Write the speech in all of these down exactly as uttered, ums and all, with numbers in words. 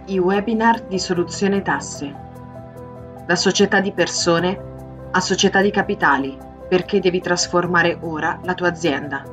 I webinar di Soluzione Tasse. Da società di persone a società di capitali, perché devi trasformare ora la tua azienda.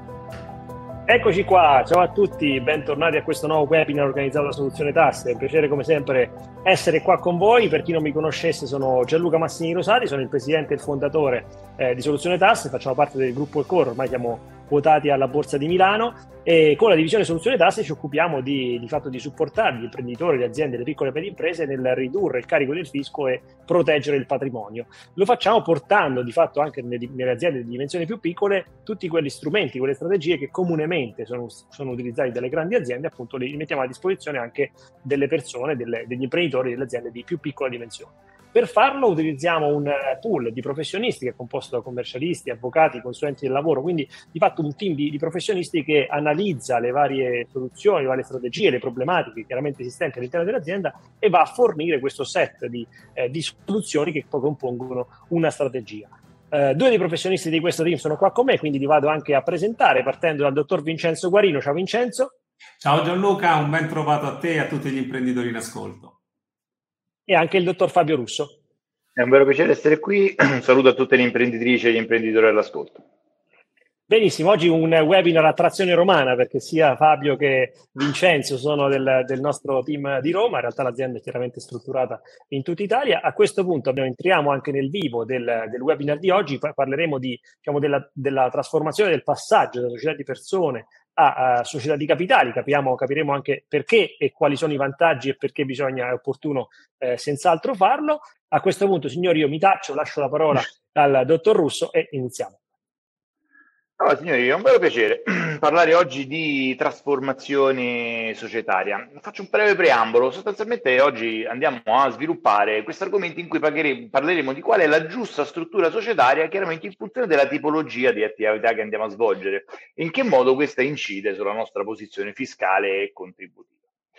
Eccoci qua, ciao a tutti, bentornati a questo nuovo webinar organizzato da Soluzione Tasse. È un piacere come sempre essere qua con voi. Per chi non mi conoscesse, sono Gianluca Massini Rosati, sono il presidente e il fondatore eh, di Soluzione Tasse, facciamo parte del gruppo Ecor, ormai siamo quotati alla Borsa di Milano e con la divisione Soluzione Tasse ci occupiamo di, di fatto di supportare gli imprenditori, le aziende, le piccole e medie imprese nel ridurre il carico del fisco e proteggere il patrimonio. Lo facciamo portando di fatto anche nelle, nelle aziende di dimensioni più piccole tutti quegli strumenti, quelle strategie che comunemente sono, sono utilizzati dalle grandi aziende, appunto li mettiamo a disposizione anche delle persone, delle, degli imprenditori, delle aziende di più piccola dimensione. Per farlo utilizziamo un pool di professionisti che è composto da commercialisti, avvocati, consulenti del lavoro, quindi di fatto un team di, di professionisti che analizza le varie soluzioni, le varie strategie, le problematiche chiaramente esistenti all'interno dell'azienda e va a fornire questo set di, eh, di soluzioni che poi compongono una strategia. Uh, due dei professionisti di questo team sono qua con me, quindi li vado anche a presentare partendo dal dottor Vincenzo Guarino. Ciao Vincenzo. Ciao Gianluca, un ben trovato a te e a tutti gli imprenditori in ascolto. E anche il dottor Fabio Russo. È un vero piacere essere qui, un saluto a tutte le imprenditrici e gli imprenditori all'ascolto. Benissimo, oggi un webinar a trazione romana perché sia Fabio che Vincenzo sono del, del nostro team di Roma, in realtà l'azienda è chiaramente strutturata in tutta Italia. A questo punto abbiamo, entriamo anche nel vivo del, del webinar di oggi, parleremo di, diciamo, della, della trasformazione, del passaggio da società di persone a, a società di capitali. Capiamo, capiremo anche perché e quali sono i vantaggi e perché bisogna, è opportuno eh, senz'altro farlo. A questo punto, signori, io mi taccio, lascio la parola al dottor Russo e iniziamo. Allora, signori, è un vero piacere parlare oggi di trasformazione societaria. Faccio un breve preambolo. Sostanzialmente oggi andiamo a sviluppare questo argomento in cui parleremo di qual è la giusta struttura societaria, chiaramente in funzione della tipologia di attività che andiamo a svolgere e in che modo questa incide sulla nostra posizione fiscale e contributiva.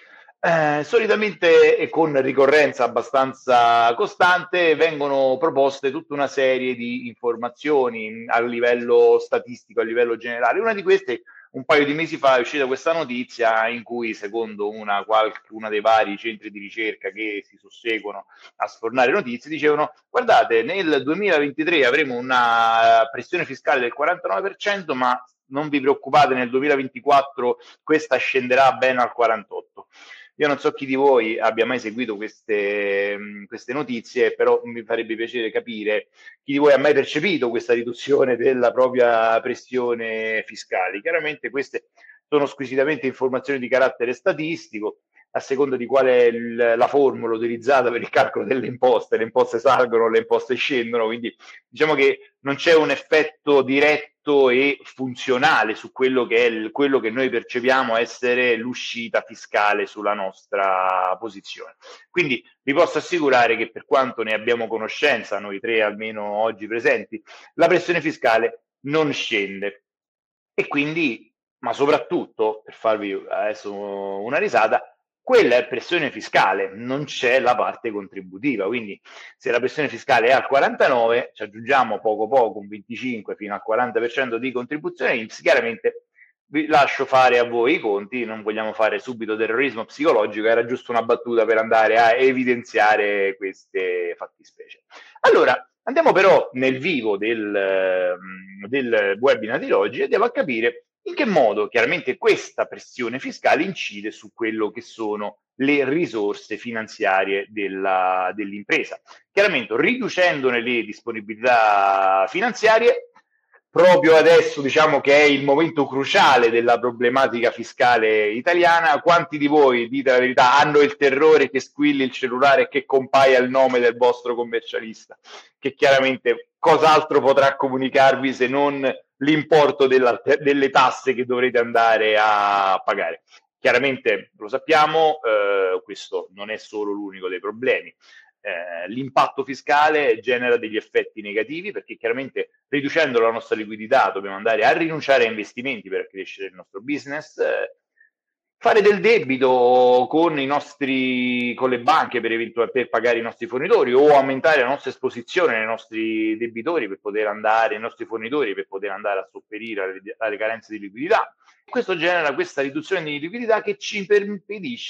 Eh, solitamente e con ricorrenza abbastanza costante vengono proposte tutta una serie di informazioni a livello statistico, a livello generale. Una di queste, un paio di mesi fa, è uscita questa notizia in cui, secondo una, qualche, una dei vari centri di ricerca che si susseguono a sfornare notizie, dicevano: guardate, nel duemilaventitré avremo una pressione fiscale del quarantanove per cento, ma non vi preoccupate, nel duemilaventiquattro questa scenderà ben al quarantotto per cento. Io non so chi di voi abbia mai seguito queste, queste notizie, però mi farebbe piacere capire chi di voi ha mai percepito questa riduzione della propria pressione fiscale. Chiaramente queste sono squisitamente informazioni di carattere statistico, a seconda di qual è il, la formula utilizzata per il calcolo delle imposte. Le imposte salgono, le imposte scendono, quindi diciamo che non c'è un effetto diretto e funzionale su quello che è il, quello che noi percepiamo essere l'uscita fiscale sulla nostra posizione. Quindi vi posso assicurare che, per quanto ne abbiamo conoscenza, noi tre almeno oggi presenti, la pressione fiscale non scende. E quindi, ma soprattutto, per farvi adesso una risata, quella è pressione fiscale, non c'è la parte contributiva. Quindi se la pressione fiscale è al quarantanove, ci aggiungiamo poco poco un venticinque fino al quaranta per cento di contribuzione I N P S. Chiaramente vi lascio fare a voi i conti, non vogliamo fare subito terrorismo psicologico, era giusto una battuta per andare a evidenziare queste fattispecie. Allora, andiamo però nel vivo del, del webinar di oggi e andiamo a capire in che modo chiaramente questa pressione fiscale incide su quello che sono le risorse finanziarie della, dell'impresa. Chiaramente riducendone le disponibilità finanziarie, proprio adesso diciamo che è il momento cruciale della problematica fiscale italiana. Quanti di voi, dite la verità, hanno il terrore che squilli il cellulare e che compaia il nome del vostro commercialista, che chiaramente cos'altro potrà comunicarvi se non l'importo della, delle tasse che dovrete andare a pagare? Chiaramente lo sappiamo, eh, questo non è solo l'unico dei problemi. Eh, l'impatto fiscale genera degli effetti negativi, perché chiaramente riducendo la nostra liquidità dobbiamo andare a rinunciare a investimenti per crescere il nostro business, eh, fare del debito con i nostri con le banche per, eventu- per pagare i nostri fornitori, o aumentare la nostra esposizione nei nostri debitori per poter andare, ai nostri fornitori per poter andare a sopperire alle, alle carenze di liquidità. Questo genera questa riduzione di liquidità che ci impedisce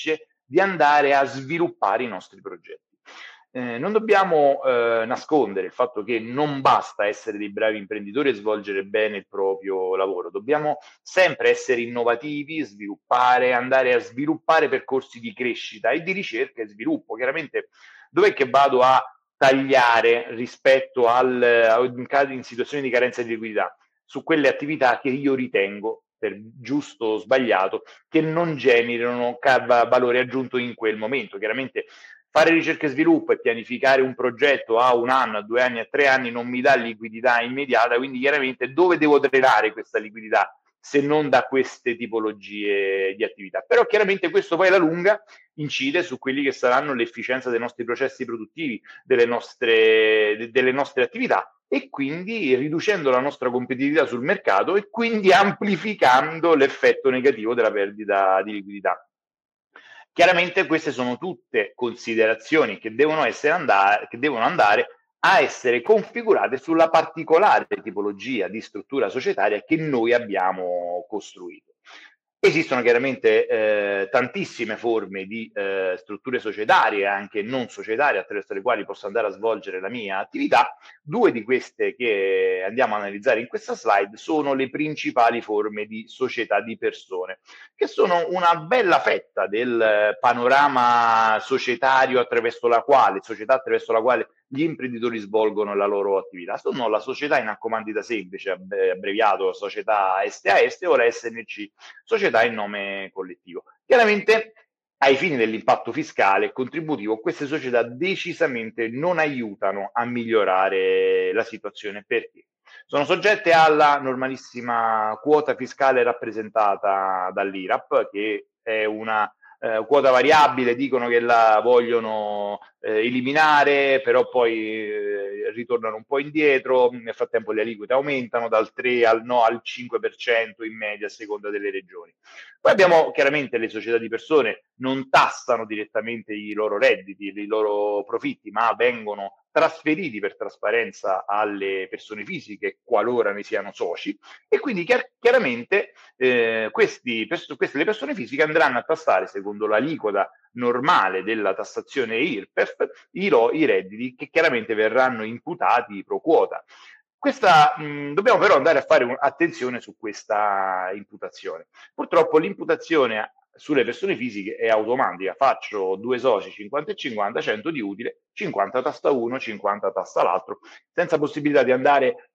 di andare a sviluppare i nostri progetti. Eh, non dobbiamo eh, nascondere il fatto che non basta essere dei bravi imprenditori e svolgere bene il proprio lavoro, dobbiamo sempre essere innovativi, sviluppare, andare a sviluppare percorsi di crescita e di ricerca e sviluppo. Chiaramente dov'è che vado a tagliare rispetto al, in situazioni di carenza di liquidità? Su quelle attività che io ritengo, per giusto o sbagliato, che non generano valore aggiunto in quel momento. Chiaramente fare ricerca e sviluppo e pianificare un progetto a un anno, a due anni, a tre anni non mi dà liquidità immediata, quindi chiaramente dove devo drenare questa liquidità se non da queste tipologie di attività? Però chiaramente questo poi alla lunga incide su quelli che saranno l'efficienza dei nostri processi produttivi, delle nostre, delle nostre attività, e quindi riducendo la nostra competitività sul mercato e quindi amplificando l'effetto negativo della perdita di liquidità. Chiaramente queste sono tutte considerazioni che devono, essere andare, che devono andare a essere configurate sulla particolare tipologia di struttura societaria che noi abbiamo costruito. Esistono chiaramente eh, tantissime forme di eh, strutture societarie, anche non societarie, attraverso le quali posso andare a svolgere la mia attività. Due di queste che andiamo a analizzare in questa slide sono le principali forme di società di persone, che sono una bella fetta del panorama societario attraverso la quale, società attraverso la quale gli imprenditori svolgono la loro attività. Sono la società in accomandita semplice, abbreviato società S A S, o la S N C, società in nome collettivo. Chiaramente, ai fini dell'impatto fiscale e contributivo, queste società decisamente non aiutano a migliorare la situazione. Perché? Sono soggette alla normalissima quota fiscale rappresentata dall'I R A P, che è una eh, quota variabile, dicono che la vogliono eh, eliminare, però poi eh, ritornano un po' indietro. Nel frattempo le aliquote aumentano dal tre al no al cinque per cento in media a seconda delle regioni. Poi abbiamo chiaramente le società di persone, non tassano direttamente i loro redditi, i loro profitti, ma vengono trasferiti per trasparenza alle persone fisiche qualora ne siano soci, e quindi chiar- chiaramente eh, questi, pers- queste le persone fisiche andranno a tassare secondo l'aliquota normale della tassazione I R P E F i, lo- i redditi che chiaramente verranno imputati pro quota. Questa, mh, dobbiamo però andare a fare un- attenzione su questa imputazione. Purtroppo l'imputazione sulle persone fisiche è automatica. Faccio due soci, cinquanta e cinquanta, cento di utile, cinquanta tassa uno, cinquanta tassa l'altro, senza possibilità di andare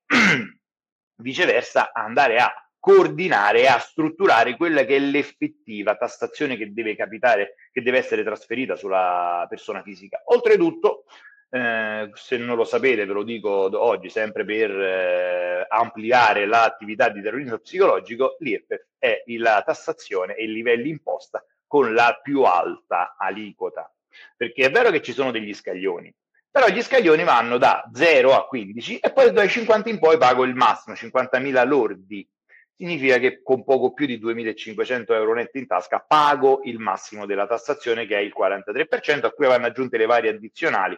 viceversa, andare a coordinare e a strutturare quella che è l'effettiva tassazione che deve capitare, che deve essere trasferita sulla persona fisica. Oltretutto, eh, se non lo sapete, ve lo dico oggi, sempre per eh, ampliare l'attività di terrorismo psicologico, l'I R P E F è la tassazione e i livelli imposta con la più alta aliquota. Perché è vero che ci sono degli scaglioni, però gli scaglioni vanno da zero a quindici e poi dai cinquanta in poi pago il massimo, cinquantamila lordi. Significa che con poco più di duemilacinquecento euro netti in tasca pago il massimo della tassazione, che è il quarantatré per cento, a cui vanno aggiunte le varie addizionali,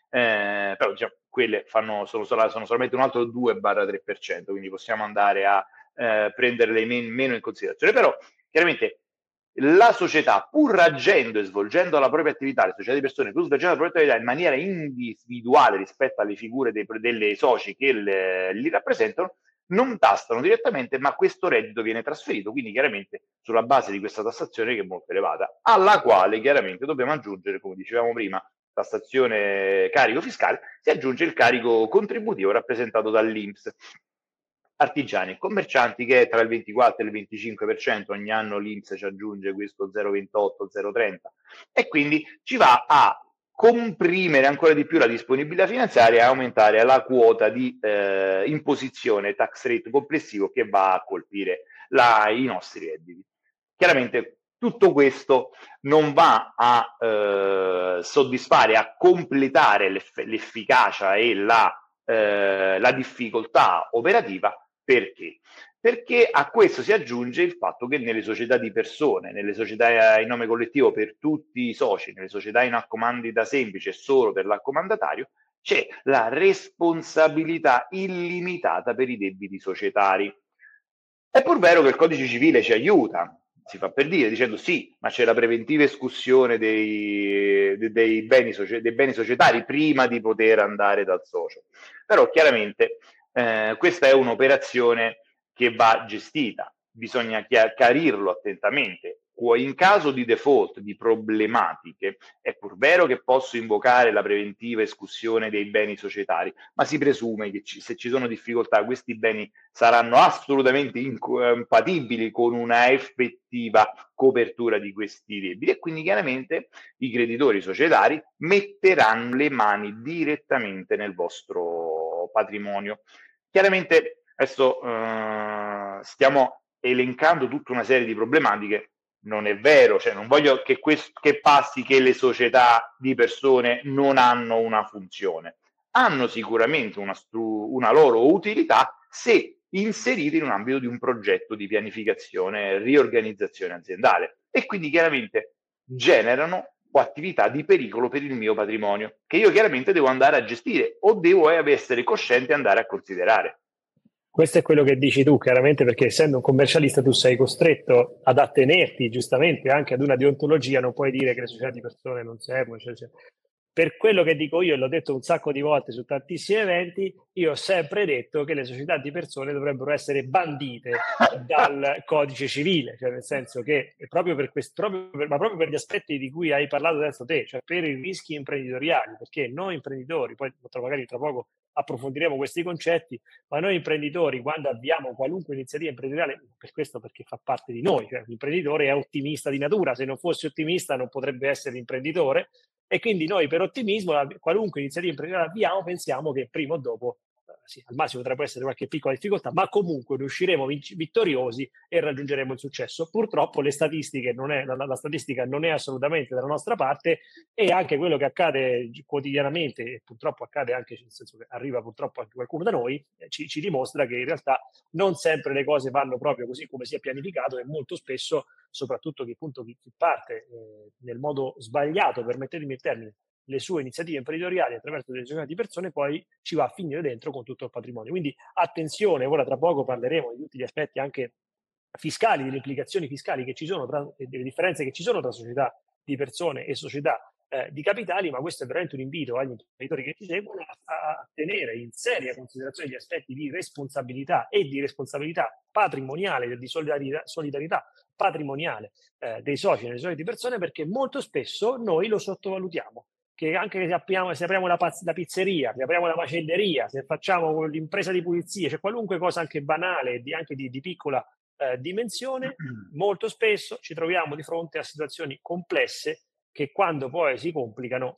eh, però diciamo, quelle fanno, sono, sono solamente un altro due tre per cento, quindi possiamo andare a eh, prenderle men- meno in considerazione. Però chiaramente la società, pur agendo e svolgendo la propria attività, le società di persone, pur svolgendo la propria attività in maniera individuale rispetto alle figure dei, delle soci che le, li rappresentano, non tassano direttamente, ma questo reddito viene trasferito, quindi chiaramente sulla base di questa tassazione che è molto elevata, alla quale chiaramente dobbiamo aggiungere, come dicevamo prima, tassazione carico fiscale, si aggiunge il carico contributivo rappresentato dall'I N P S. Artigiani e commercianti, che è tra il ventiquattro e il venticinque per cento, ogni anno l'I N P S ci aggiunge questo zero virgola ventotto, zero virgola trenta, e quindi ci va a comprimere ancora di più la disponibilità finanziaria e aumentare la quota di eh, imposizione tax rate complessivo che va a colpire la, i nostri redditi. Chiaramente tutto questo non va a eh, soddisfare, a completare l'eff- l'efficacia e la, eh, la difficoltà operativa. Perché? Perché a questo si aggiunge il fatto che nelle società di persone, nelle società in nome collettivo per tutti i soci, nelle società in accomandita semplice solo per l'accomandatario, c'è la responsabilità illimitata per i debiti societari. È pur vero che il codice civile ci aiuta si fa per dire, dicendo sì, ma c'è la preventiva escussione dei, dei, dei, beni, soci- dei beni societari prima di poter andare dal socio. Però chiaramente eh, questa è un'operazione che va gestita, bisogna chiarirlo attentamente. In caso di default, di problematiche, è pur vero che posso invocare la preventiva escussione dei beni societari, ma si presume che ci, se ci sono difficoltà questi beni saranno assolutamente incompatibili con una effettiva copertura di questi debiti e quindi chiaramente i creditori societari metteranno le mani direttamente nel vostro patrimonio. Chiaramente adesso eh, stiamo elencando tutta una serie di problematiche. Non è vero, cioè non voglio che, questo, che passi che le società di persone non hanno una funzione. Hanno sicuramente una, stru- una loro utilità se inserite in un ambito di un progetto di pianificazione e riorganizzazione aziendale e quindi chiaramente generano attività di pericolo per il mio patrimonio che io chiaramente devo andare a gestire o devo essere cosciente e andare a considerare. Questo è quello che dici tu, chiaramente, perché essendo un commercialista tu sei costretto ad attenerti giustamente anche ad una deontologia, non puoi dire che le società di persone non servono, cioè, cioè. Per quello che dico io, e l'ho detto un sacco di volte su tantissimi eventi, io ho sempre detto che le società di persone dovrebbero essere bandite dal codice civile, cioè nel senso che proprio per questo, proprio per, ma proprio per gli aspetti di cui hai parlato adesso te, cioè per i rischi imprenditoriali, perché noi imprenditori, poi magari tra poco approfondiremo questi concetti, ma noi imprenditori quando avviamo qualunque iniziativa imprenditoriale, per questo perché fa parte di noi, cioè l'imprenditore è ottimista di natura, se non fosse ottimista non potrebbe essere imprenditore e quindi noi per ottimismo qualunque iniziativa imprenditoriale avviamo pensiamo che prima o dopo sì, al massimo potrebbe essere qualche piccola difficoltà, ma comunque riusciremo vittoriosi e raggiungeremo il successo. Purtroppo le statistiche non è, la, la statistica non è assolutamente dalla nostra parte e anche quello che accade quotidianamente, e purtroppo accade anche, nel senso che arriva purtroppo anche qualcuno da noi, ci, ci dimostra che in realtà non sempre le cose vanno proprio così come si è pianificato e molto spesso, soprattutto chi, appunto, chi, chi parte eh, nel modo sbagliato, permettetemi il termine, le sue iniziative imprenditoriali attraverso delle società di persone, poi ci va a finire dentro con tutto il patrimonio. Quindi attenzione, ora tra poco parleremo di tutti gli aspetti anche fiscali, delle implicazioni fiscali che ci sono, tra, delle differenze che ci sono tra società di persone e società eh, di capitali, ma questo è veramente un invito agli imprenditori che ci seguono a, a tenere in seria considerazione gli aspetti di responsabilità e di responsabilità patrimoniale, di solidarietà, solidarietà patrimoniale eh, dei soci nelle società di persone, perché molto spesso noi lo sottovalutiamo. Che anche se apriamo, se apriamo la, la pizzeria, se apriamo la macelleria, se facciamo l'impresa di pulizia, cioè qualunque cosa anche banale, di, anche di, di piccola eh, dimensione, molto spesso ci troviamo di fronte a situazioni complesse che quando poi si complicano,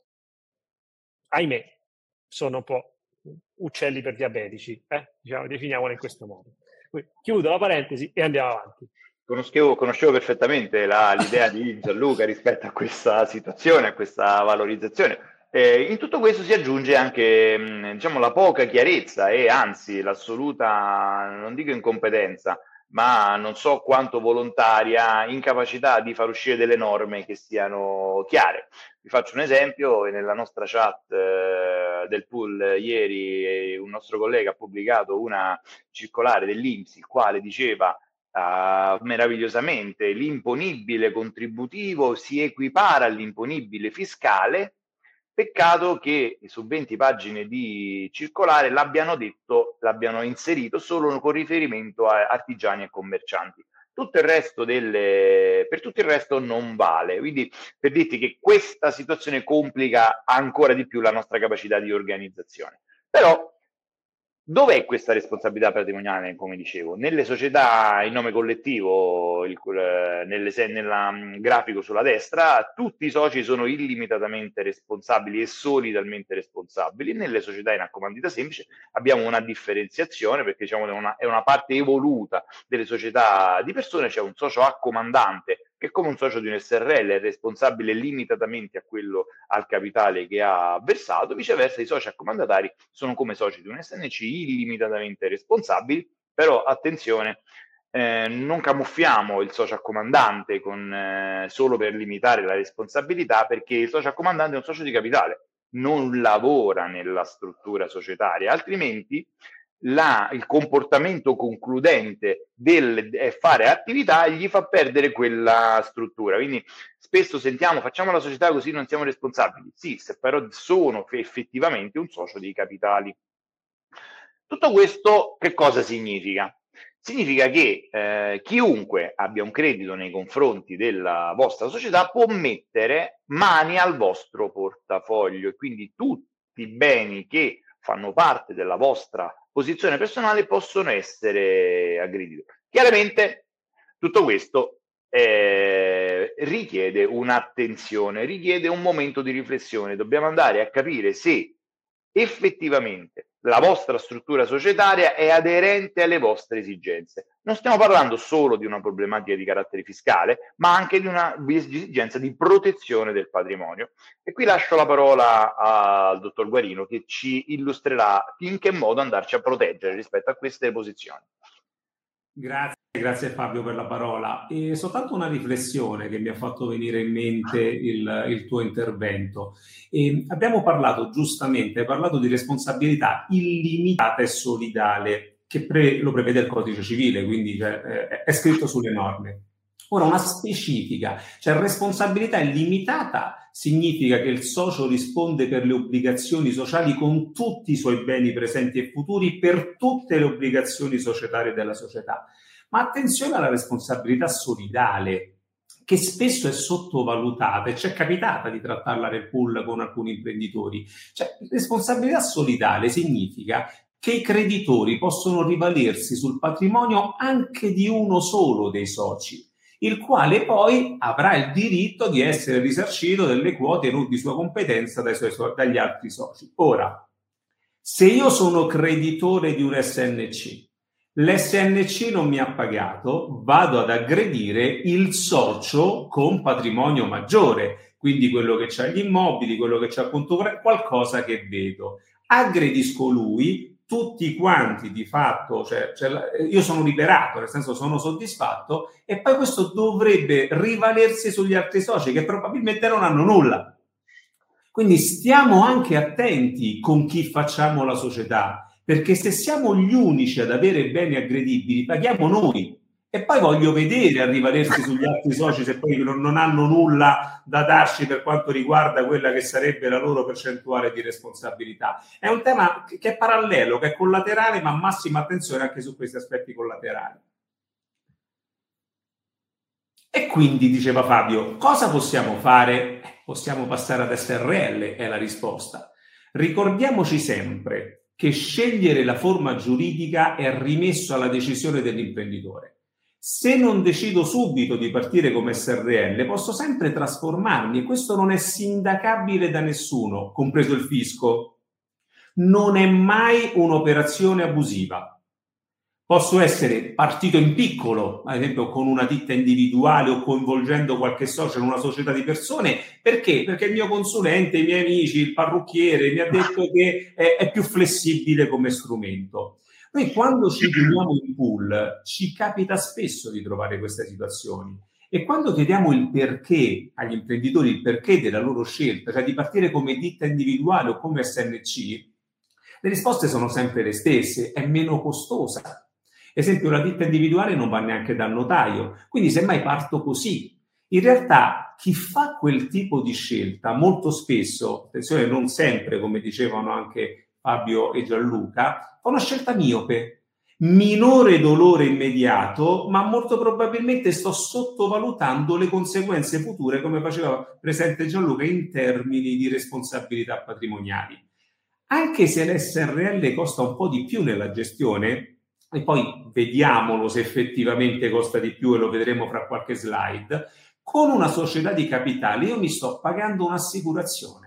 ahimè, sono un po' uccelli per diabetici, eh? Diciamo, definiamolo in questo modo. Quindi, chiudo la parentesi e andiamo avanti. Conoscevo, conoscevo perfettamente la, l'idea di Gianluca rispetto a questa situazione, a questa valorizzazione. Eh, in tutto questo si aggiunge anche mh, diciamo, la poca chiarezza e anzi l'assoluta, non dico incompetenza, ma non so quanto volontaria incapacità di far uscire delle norme che siano chiare. Vi faccio un esempio: nella nostra chat eh, del pool ieri un nostro collega ha pubblicato una circolare dell'I N P S, il quale diceva Uh, meravigliosamente l'imponibile contributivo si equipara all'imponibile fiscale. Peccato che su venti pagine di circolare l'abbiano detto, l'abbiano inserito solo con riferimento a artigiani e commercianti. Tutto il resto delle, per tutto il resto non vale. Quindi per dirti che questa situazione complica ancora di più la nostra capacità di organizzazione. Però dov'è questa responsabilità patrimoniale, come dicevo? Nelle società in nome collettivo, il, nelle, nella um, grafico sulla destra, tutti i soci sono illimitatamente responsabili e solidalmente responsabili. Nelle società in accomandita semplice abbiamo una differenziazione, perché diciamo, è, una, è una parte evoluta delle società di persone, c'è un socio accomandante che come un socio di un S R L è responsabile limitatamente a quello al capitale che ha versato, viceversa i soci accomandatari sono come soci di un S N C illimitatamente responsabili, però attenzione, eh, non camuffiamo il socio accomandante con, eh, solo per limitare la responsabilità, perché il socio accomandante è un socio di capitale, non lavora nella struttura societaria, altrimenti la, il comportamento concludente del fare attività gli fa perdere quella struttura. Quindi spesso sentiamo facciamo la società così non siamo responsabili. Sì, se però sono effettivamente un socio dei capitali. Tutto questo che cosa significa? Significa che eh, chiunque abbia un credito nei confronti della vostra società può mettere mani al vostro portafoglio e quindi tutti i beni che fanno parte della vostra posizione personale possono essere aggrediti. Chiaramente tutto questo eh, richiede un'attenzione, richiede un momento di riflessione. Dobbiamo andare a capire se effettivamente la vostra struttura societaria è aderente alle vostre esigenze. Non stiamo parlando solo di una problematica di carattere fiscale, ma anche di una esigenza di protezione del patrimonio. E qui lascio la parola al dottor Guarino che ci illustrerà in che modo andarci a proteggere rispetto a queste posizioni. Grazie, grazie Fabio per la parola. E soltanto una riflessione che mi ha fatto venire in mente il, il tuo intervento. E abbiamo parlato giustamente, hai parlato di responsabilità illimitata e solidale, che pre, lo prevede il codice civile, quindi cioè, è, è scritto sulle norme. Ora, una specifica, cioè responsabilità illimitata significa che il socio risponde per le obbligazioni sociali con tutti i suoi beni presenti e futuri per tutte le obbligazioni societarie della società. Ma attenzione alla responsabilità solidale, che spesso è sottovalutata e ci è capitata di trattarla nel pool con alcuni imprenditori. Cioè, responsabilità solidale significa che i creditori possono rivalersi sul patrimonio anche di uno solo dei soci, il quale poi avrà il diritto di essere risarcito delle quote non di sua competenza dai suoi, dagli altri soci. Ora, se io sono creditore di un S N C, l'S N C non mi ha pagato, vado ad aggredire il socio con patrimonio maggiore, quindi quello che ha gli immobili, quello che ha il conto corrente, qualcosa che vedo. Aggredisco lui, tutti quanti di fatto, cioè, cioè, io sono liberato, nel senso sono soddisfatto, e poi questo dovrebbe rivalersi sugli altri soci che probabilmente non hanno nulla. Quindi stiamo anche attenti con chi facciamo la società, perché se siamo gli unici ad avere beni aggredibili, paghiamo noi. E poi voglio vedere a rivalersi sugli altri soci se poi non, non hanno nulla da darci per quanto riguarda quella che sarebbe la loro percentuale di responsabilità. È un tema che è parallelo, che è collaterale, ma massima attenzione anche su questi aspetti collaterali. E quindi, diceva Fabio, cosa possiamo fare? Possiamo passare ad S R L, è la risposta. Ricordiamoci sempre che scegliere la forma giuridica è rimesso alla decisione dell'imprenditore. Se non decido subito di partire come S R L, posso sempre trasformarmi e questo non è sindacabile da nessuno, compreso il fisco. Non è mai un'operazione abusiva. Posso essere partito in piccolo, ad esempio con una ditta individuale o coinvolgendo qualche socio in una società di persone. Perché? Perché il mio consulente, i miei amici, il parrucchiere mi ha detto che è, è più flessibile come strumento. Noi quando ci riuniamo in pool ci capita spesso di trovare queste situazioni e quando chiediamo il perché agli imprenditori, il perché della loro scelta, cioè di partire come ditta individuale o come S N C, le risposte sono sempre le stesse: è meno costosa. Ad esempio, la ditta individuale non va neanche dal notaio, quindi semmai parto così. In realtà chi fa quel tipo di scelta molto spesso, attenzione, non sempre, come dicevano anche Fabio e Gianluca, fa una scelta miope, minore dolore immediato, ma molto probabilmente sto sottovalutando le conseguenze future, come faceva presente Gianluca, in termini di responsabilità patrimoniali. Anche se l'S R L costa un po' di più nella gestione, e poi vediamolo se effettivamente costa di più e lo vedremo fra qualche slide, con una società di capitali io mi sto pagando un'assicurazione.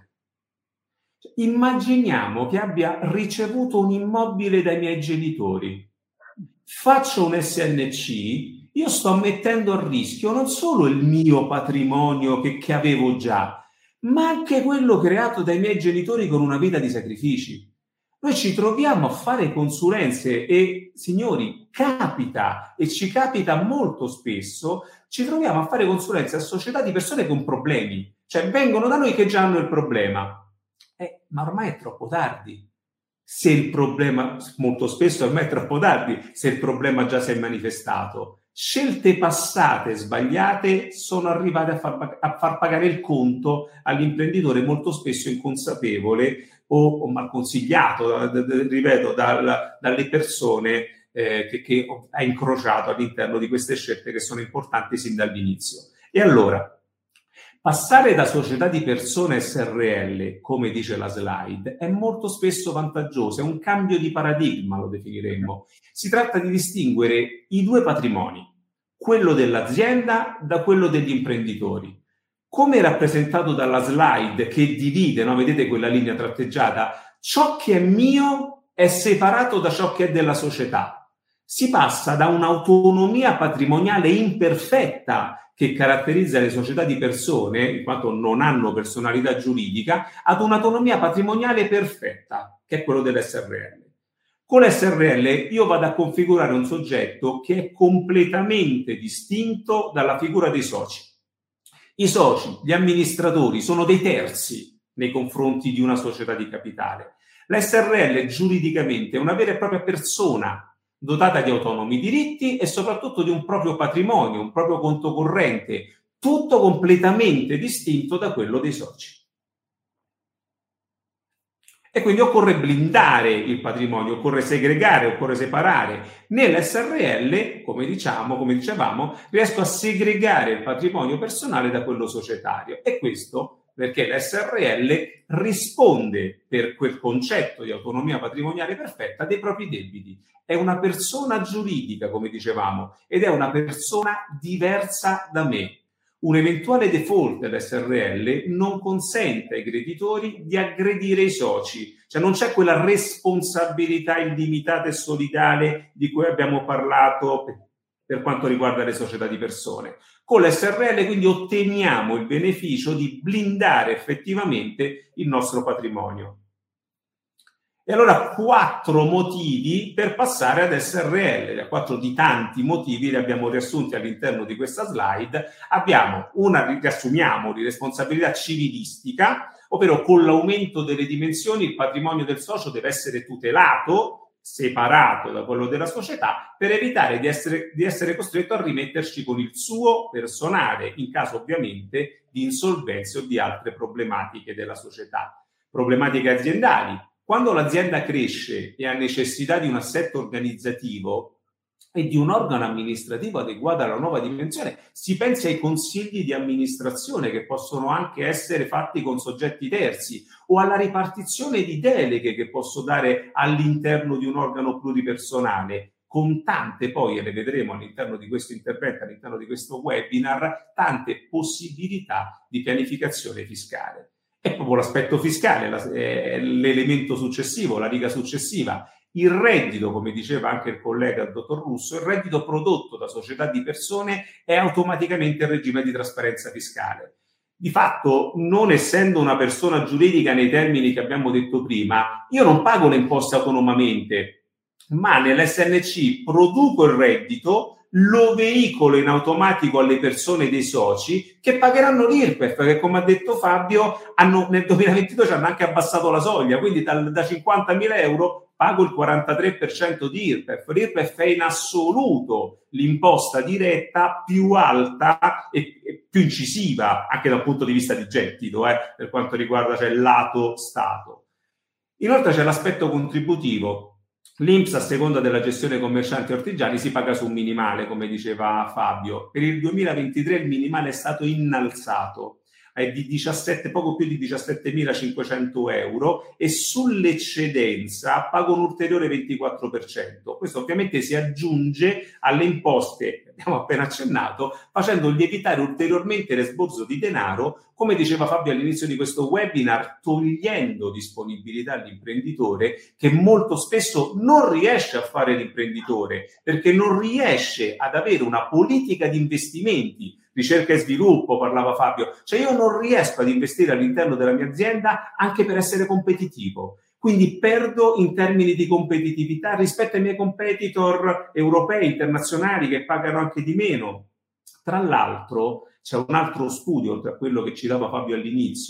Immaginiamo che abbia ricevuto un immobile dai miei genitori, faccio un S N C, io sto mettendo a rischio non solo il mio patrimonio che, che avevo già, ma anche quello creato dai miei genitori con una vita di sacrifici. Noi ci troviamo a fare consulenze e, signori, capita, e ci capita molto spesso, ci troviamo a fare consulenze a società di persone con problemi, cioè vengono da noi che già hanno il problema. Eh, ma ormai è troppo tardi. se il problema, molto spesso ormai è troppo tardi, se il problema già si è manifestato. Scelte passate sbagliate sono arrivate a far, a far pagare il conto all'imprenditore, molto spesso inconsapevole o, o mal consigliato, d- d- ripeto, dal, dalle persone eh, che, che ha incrociato all'interno di queste scelte che sono importanti sin dall'inizio. E allora, passare da società di persone S R L, come dice la slide, è molto spesso vantaggioso, è un cambio di paradigma, lo definiremmo. Si tratta di distinguere i due patrimoni, quello dell'azienda da quello degli imprenditori. Come rappresentato dalla slide che divide, no? Vedete quella linea tratteggiata? Ciò che è mio è separato da ciò che è della società. Si passa da un'autonomia patrimoniale imperfetta che caratterizza le società di persone, in quanto non hanno personalità giuridica, ad un'autonomia patrimoniale perfetta, che è quello dell'S R L. Con l'S R L io vado a configurare un soggetto che è completamente distinto dalla figura dei soci. I soci, gli amministratori, sono dei terzi nei confronti di una società di capitale. L'S R L giuridicamente è una vera e propria persona dotata di autonomi diritti e soprattutto di un proprio patrimonio, un proprio conto corrente, tutto completamente distinto da quello dei soci. E quindi occorre blindare il patrimonio, occorre segregare, occorre separare. Nell'S R L, come diciamo, come dicevamo, riesco a segregare il patrimonio personale da quello societario. E questo perché l'S R L risponde, per quel concetto di autonomia patrimoniale perfetta, dei propri debiti. È una persona giuridica, come dicevamo, ed è una persona diversa da me. Un eventuale default dell'S R L non consente ai creditori di aggredire i soci, cioè non c'è quella responsabilità illimitata e solidale di cui abbiamo parlato per quanto riguarda le società di persone. Con l'S R L quindi otteniamo il beneficio di blindare effettivamente il nostro patrimonio. E allora quattro motivi per passare ad S R L, quattro di tanti motivi li abbiamo riassunti all'interno di questa slide. Abbiamo una, riassumiamo, di responsabilità civilistica, ovvero con l'aumento delle dimensioni il patrimonio del socio deve essere tutelato, separato da quello della società, per evitare di essere, di essere costretto a rimetterci con il suo personale, in caso ovviamente di insolvenza o di altre problematiche della società. Problematiche aziendali. Quando l'azienda cresce e ha necessità di un assetto organizzativo e di un organo amministrativo adeguato alla nuova dimensione, si pensi ai consigli di amministrazione che possono anche essere fatti con soggetti terzi o alla ripartizione di deleghe che posso dare all'interno di un organo pluripersonale, con tante, poi, e le vedremo all'interno di questo intervento, all'interno di questo webinar, tante possibilità di pianificazione fiscale. È proprio l'aspetto fiscale, la, eh, l'elemento successivo, la riga successiva. Il reddito, come diceva anche il collega il dottor Russo, il reddito prodotto da società di persone è automaticamente il regime di trasparenza fiscale. Di fatto, non essendo una persona giuridica nei termini che abbiamo detto prima, io non pago le imposte autonomamente, ma nell'S N C produco il reddito, lo veicolo in automatico alle persone dei soci che pagheranno l'I R P E F, che come ha detto Fabio hanno, nel duemilaventidue ci hanno anche abbassato la soglia, quindi dal, da cinquantamila euro pago il quarantatré per cento di I R P E F. L'I R P E F è in assoluto l'imposta diretta più alta e, e più incisiva anche dal punto di vista di gettito, eh, per quanto riguarda cioè, il lato Stato. Inoltre c'è l'aspetto contributivo. L'I N P S a seconda della gestione commercianti e artigiani si paga su un minimale, come diceva Fabio. Per il duemilaventitré il minimale è stato innalzato, è di diciassette, poco più di diciassettemilacinquecento euro e sull'eccedenza paga un ulteriore ventiquattro per cento. Questo ovviamente si aggiunge alle imposte che abbiamo appena accennato, facendo lievitare ulteriormente l'esborso di denaro, come diceva Fabio all'inizio di questo webinar, togliendo disponibilità all'imprenditore che molto spesso non riesce a fare l'imprenditore perché non riesce ad avere una politica di investimenti, ricerca e sviluppo, parlava Fabio, cioè io non riesco ad investire all'interno della mia azienda anche per essere competitivo. Quindi perdo in termini di competitività rispetto ai miei competitor europei, internazionali, che pagano anche di meno. Tra l'altro c'è un altro studio, oltre a quello che ci dava Fabio all'inizio,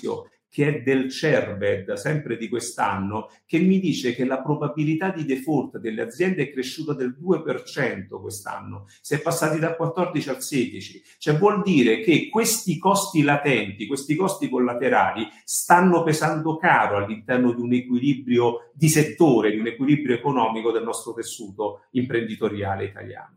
che è del Cerved, sempre di quest'anno, che mi dice che la probabilità di default delle aziende è cresciuta del due per cento quest'anno, si è passati dal quattordici al sedici, cioè vuol dire che questi costi latenti, questi costi collaterali stanno pesando caro all'interno di un equilibrio di settore, di un equilibrio economico del nostro tessuto imprenditoriale italiano.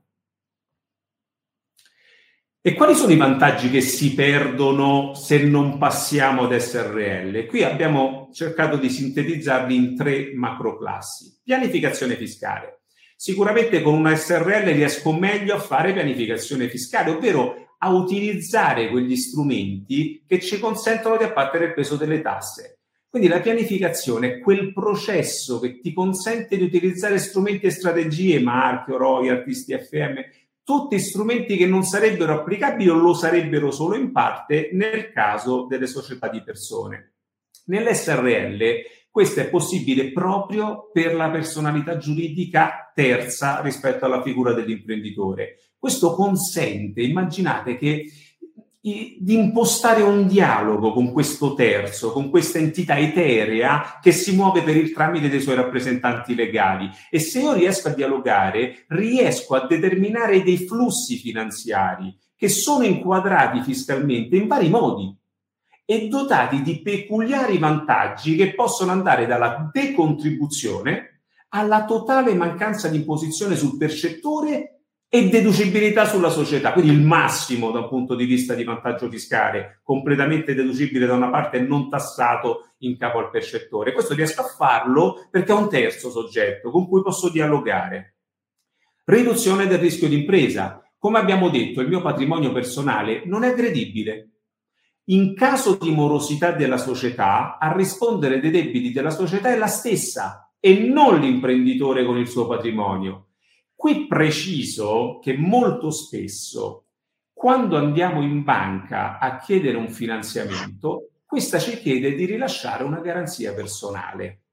E quali sono i vantaggi che si perdono se non passiamo ad S R L? Qui abbiamo cercato di sintetizzarli in tre macroclassi. Pianificazione fiscale. Sicuramente con una S R L riesco meglio a fare pianificazione fiscale, ovvero a utilizzare quegli strumenti che ci consentono di abbattere il peso delle tasse. Quindi la pianificazione è quel processo che ti consente di utilizzare strumenti e strategie, marchio, royalties, T F M, tutti strumenti che non sarebbero applicabili o lo sarebbero solo in parte nel caso delle società di persone. Nell'S R L questo è possibile proprio per la personalità giuridica terza rispetto alla figura dell'imprenditore. Questo consente, immaginate che di impostare un dialogo con questo terzo, con questa entità eterea che si muove per il tramite dei suoi rappresentanti legali. E se io riesco a dialogare, riesco a determinare dei flussi finanziari che sono inquadrati fiscalmente in vari modi e dotati di peculiari vantaggi che possono andare dalla decontribuzione alla totale mancanza di imposizione sul percettore e deducibilità sulla società, quindi il massimo da un punto di vista di vantaggio fiscale, completamente deducibile da una parte e non tassato in capo al percettore. Questo riesco a farlo perché ho un terzo soggetto con cui posso dialogare. Riduzione del rischio d'impresa. Come abbiamo detto, il mio patrimonio personale non è aggredibile. In caso di morosità della società, a rispondere dei debiti della società è la stessa e non l'imprenditore con il suo patrimonio. Qui preciso che molto spesso, quando andiamo in banca a chiedere un finanziamento, questa ci chiede di rilasciare una garanzia personale.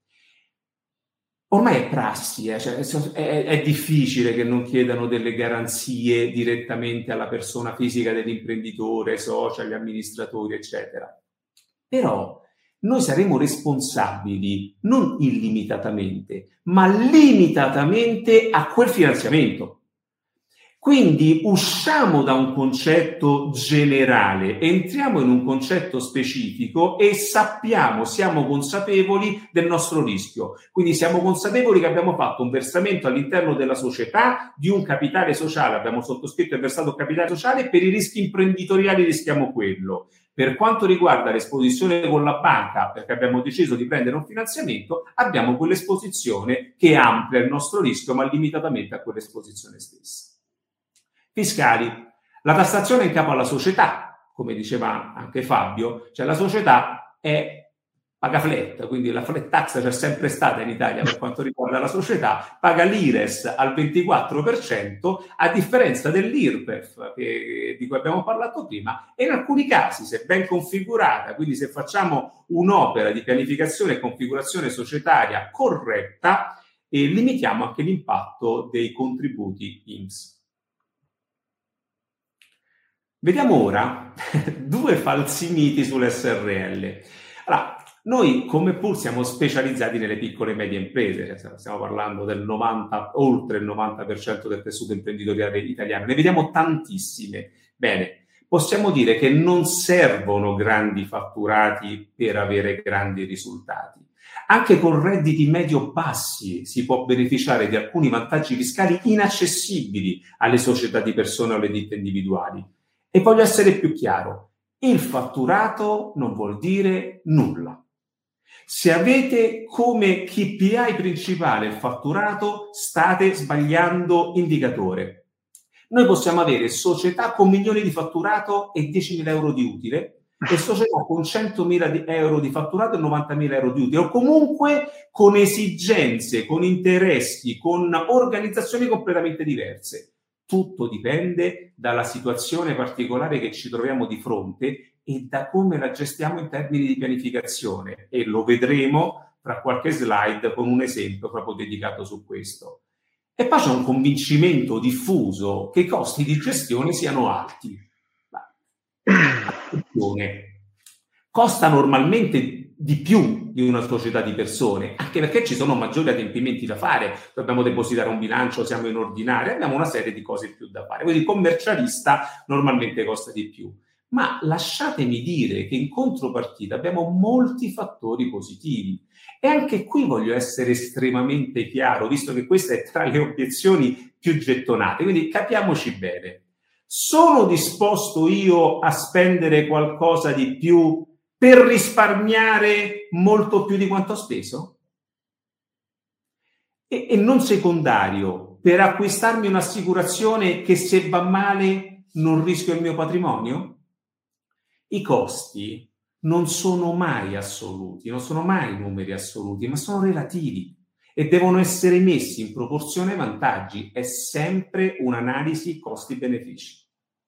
Ormai è prassi, eh? Cioè, è, è difficile che non chiedano delle garanzie direttamente alla persona fisica dell'imprenditore, soci, agli amministratori, eccetera. Però noi saremo responsabili non illimitatamente, ma limitatamente a quel finanziamento. Quindi usciamo da un concetto generale, entriamo in un concetto specifico e sappiamo, siamo consapevoli del nostro rischio. Quindi siamo consapevoli che abbiamo fatto un versamento all'interno della società di un capitale sociale, abbiamo sottoscritto e versato un capitale sociale, per i rischi imprenditoriali rischiamo quello. Per quanto riguarda l'esposizione con la banca, perché abbiamo deciso di prendere un finanziamento, abbiamo quell'esposizione che amplia il nostro rischio, ma limitatamente a quell'esposizione stessa. Fiscali. La tassazione in capo alla società, come diceva anche Fabio, cioè la società è paga flat, quindi la flat tax c'è sempre stata in Italia per quanto riguarda la società, paga l'I R E S al ventiquattro per cento, a differenza dell'I R P E F che, di cui abbiamo parlato prima, e in alcuni casi, se ben configurata, quindi se facciamo un'opera di pianificazione e configurazione societaria corretta, e limitiamo anche l'impatto dei contributi I N P S. Vediamo ora due falsi miti sull'S R L. Allora, noi come Pool siamo specializzati nelle piccole e medie imprese, cioè stiamo parlando del novanta, oltre il novanta per cento del tessuto imprenditoriale italiano, ne vediamo tantissime. Bene, possiamo dire che non servono grandi fatturati per avere grandi risultati. Anche con redditi medio-bassi si può beneficiare di alcuni vantaggi fiscali inaccessibili alle società di persone o alle ditte individuali. E voglio essere più chiaro, il fatturato non vuol dire nulla. Se avete come K P I principale il fatturato, state sbagliando indicatore. Noi possiamo avere società con milioni di fatturato e diecimila euro di utile, e società con centomila euro di fatturato e novantamila euro di utile, o comunque con esigenze, con interessi, con organizzazioni completamente diverse. Tutto dipende dalla situazione particolare che ci troviamo di fronte e da come la gestiamo in termini di pianificazione, e lo vedremo tra qualche slide con un esempio proprio dedicato su questo. E poi c'è un convincimento diffuso che i costi di gestione siano alti. Ma, attenzione, costa normalmente di più di una società di persone, anche perché ci sono maggiori adempimenti da fare, dobbiamo depositare un bilancio, siamo in ordinaria, abbiamo una serie di cose più da fare, quindi il commercialista normalmente costa di più. Ma lasciatemi dire che in contropartita abbiamo molti fattori positivi e anche qui voglio essere estremamente chiaro, visto che questa è tra le obiezioni più gettonate, quindi capiamoci bene. Sono disposto io a spendere qualcosa di più per risparmiare molto più di quanto ho speso? E, e non secondario, per acquistarmi un'assicurazione che se va male non rischio il mio patrimonio? I costi non sono mai assoluti, non sono mai numeri assoluti, ma sono relativi e devono essere messi in proporzione ai vantaggi. È sempre un'analisi costi-benefici.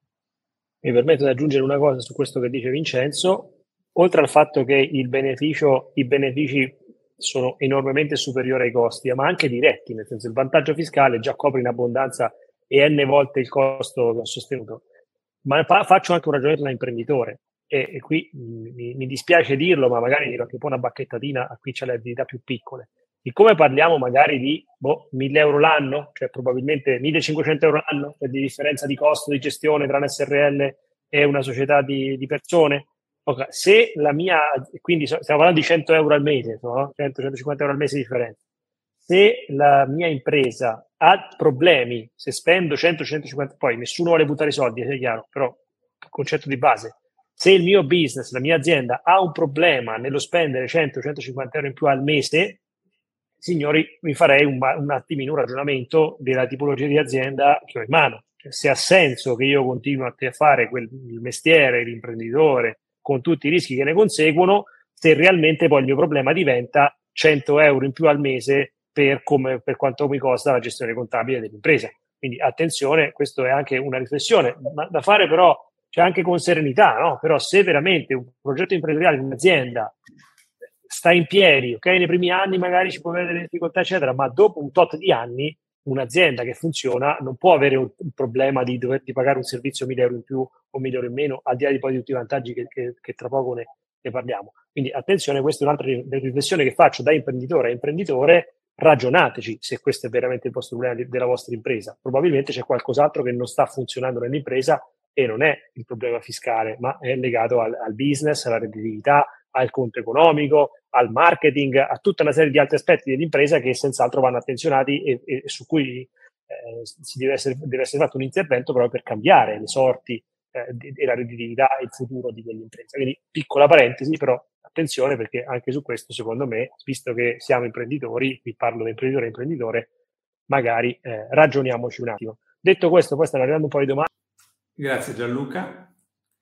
Mi permetto di aggiungere una cosa su questo che dice Vincenzo. Oltre al fatto che il beneficio, i benefici sono enormemente superiori ai costi, ma anche diretti, nel senso il vantaggio fiscale già copre in abbondanza e n volte il costo che ho sostenuto. Ma fa, faccio anche un ragionamento da imprenditore. E, e qui mi, mi dispiace dirlo, ma magari dirò che poi una bacchettatina a chi c'è le attività più piccole. Siccome parliamo magari di boh, mille euro l'anno, cioè probabilmente millecinquecento euro l'anno, per di differenza di costo di gestione tra una S R L e una società di, di persone, okay. Se la mia, quindi stiamo parlando di cento euro al mese, no? cento centocinquanta euro al mese di differenza. Se la mia impresa ha problemi, se spendo cento centocinquanta, poi nessuno vuole buttare i soldi, è chiaro, però concetto di base. Se il mio business, la mia azienda ha un problema nello spendere cento centocinquanta euro in più al mese, signori, vi farei un, un attimino un ragionamento della tipologia di azienda che ho in mano. Cioè, se ha senso che io continui a fare quel, il mestiere, l'imprenditore, con tutti i rischi che ne conseguono, se realmente poi il mio problema diventa cento euro in più al mese per, come, per quanto mi costa la gestione contabile dell'impresa. Quindi attenzione, questo è anche una riflessione ma da fare, però c'è anche con serenità, no? Però se veramente un progetto imprenditoriale di un'azienda sta in piedi, ok? Nei primi anni magari ci può avere delle difficoltà, eccetera, ma dopo un tot di anni un'azienda che funziona non può avere un, un problema di dover di pagare un servizio mille euro in più o mille euro in meno, al di là di poi di tutti i vantaggi che, che, che tra poco ne, ne parliamo. Quindi attenzione, questa è un'altra riflessione che faccio da imprenditore a imprenditore. Ragionateci se questo è veramente il vostro problema della vostra impresa. Probabilmente c'è qualcos'altro che non sta funzionando nell'impresa e non è il problema fiscale, ma è legato al, al business, alla redditività, al conto economico, al marketing, a tutta una serie di altri aspetti dell'impresa che senz'altro vanno attenzionati e, e su cui eh, si deve essere, deve essere fatto un intervento proprio per cambiare le sorti eh, e la redditività e il futuro di quell'impresa. Quindi piccola parentesi, però attenzione, perché anche su questo, secondo me, visto che siamo imprenditori, qui parlo da imprenditore a imprenditore, magari eh, ragioniamoci un attimo. Detto questo, poi stanno arrivando un po' di domande. Grazie Gianluca.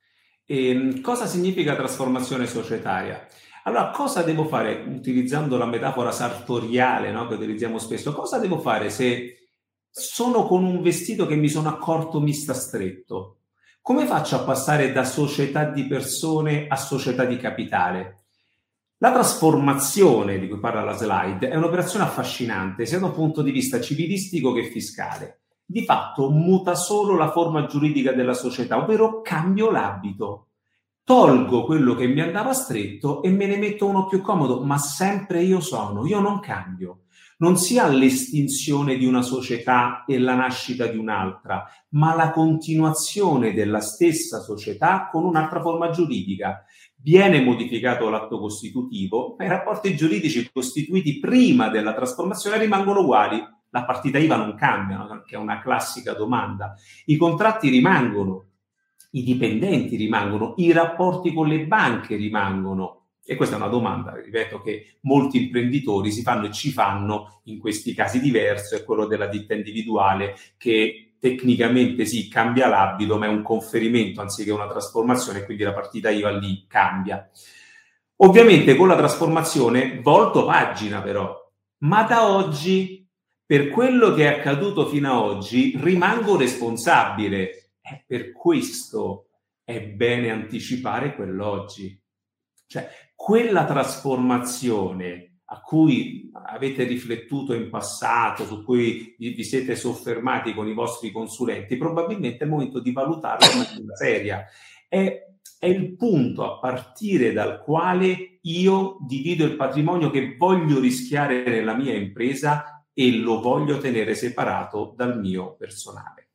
E cosa significa trasformazione societaria? Allora, cosa devo fare, utilizzando la metafora sartoriale, no, che utilizziamo spesso, cosa devo fare se sono con un vestito che mi sono accorto mi sta stretto? Come faccio a passare da società di persone a società di capitale? La trasformazione di cui parla la slide è un'operazione affascinante sia da un punto di vista civilistico che fiscale. Di fatto muta solo la forma giuridica della società, ovvero cambio l'abito. Tolgo quello che mi andava stretto e me ne metto uno più comodo, ma sempre io sono, io non cambio. Non si ha l'estinzione di una società e la nascita di un'altra, ma la continuazione della stessa società con un'altra forma giuridica. Viene modificato l'atto costitutivo, ma i rapporti giuridici costituiti prima della trasformazione rimangono uguali. La partita I V A non cambia, che è una classica domanda. I contratti rimangono, i dipendenti rimangono, i rapporti con le banche rimangono. E questa è una domanda, ripeto, che molti imprenditori si fanno e ci fanno in questi casi. Diverso è quello della ditta individuale, che tecnicamente sì, cambia l'abito, ma è un conferimento anziché una trasformazione, quindi la partita I V A lì cambia. Ovviamente con la trasformazione volto pagina però, ma da oggi, per quello che è accaduto fino ad oggi, rimango responsabile. E per questo è bene anticipare quell'oggi. Cioè, quella trasformazione a cui avete riflettuto in passato, su cui vi siete soffermati con i vostri consulenti, probabilmente è il momento di valutarla in maniera seria. È è il punto a partire dal quale io divido il patrimonio che voglio rischiare nella mia impresa e lo voglio tenere separato dal mio personale.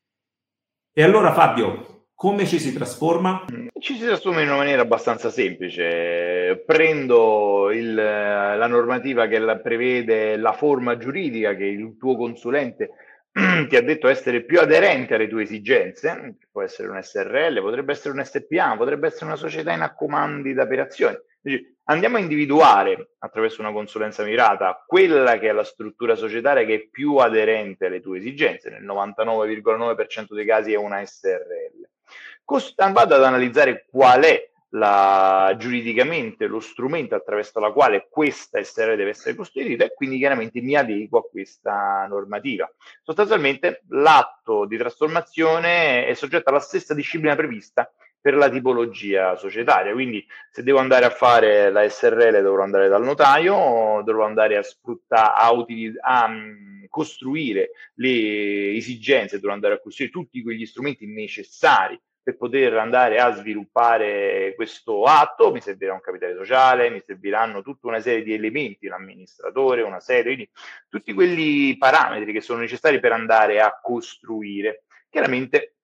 E allora Fabio, come ci si trasforma? Ci si trasforma in una maniera abbastanza semplice. Prendo il, la normativa che la prevede la forma giuridica che il tuo consulente ti ha detto essere più aderente alle tue esigenze, può essere un S R L, potrebbe essere un S P A, potrebbe essere una società in accomandita per azioni. Quindi andiamo a individuare attraverso una consulenza mirata quella che è la struttura societaria che è più aderente alle tue esigenze, nel novantanove virgola nove per cento dei casi è una S R L. Cost- vado ad analizzare qual è la, giuridicamente lo strumento attraverso la quale questa S R L deve essere costituita e quindi chiaramente mi adeguo a questa normativa. Sostanzialmente l'atto di trasformazione è soggetto alla stessa disciplina prevista per la tipologia societaria, quindi se devo andare a fare la S R L dovrò andare dal notaio, dovrò andare a sfruttare, a, utiliz- a um, costruire le esigenze, dovrò andare a costruire tutti quegli strumenti necessari per poter andare a sviluppare questo atto. Mi servirà un capitale sociale, mi serviranno tutta una serie di elementi, un amministratore, una sede, quindi tutti quelli parametri che sono necessari per andare a costruire. Chiaramente,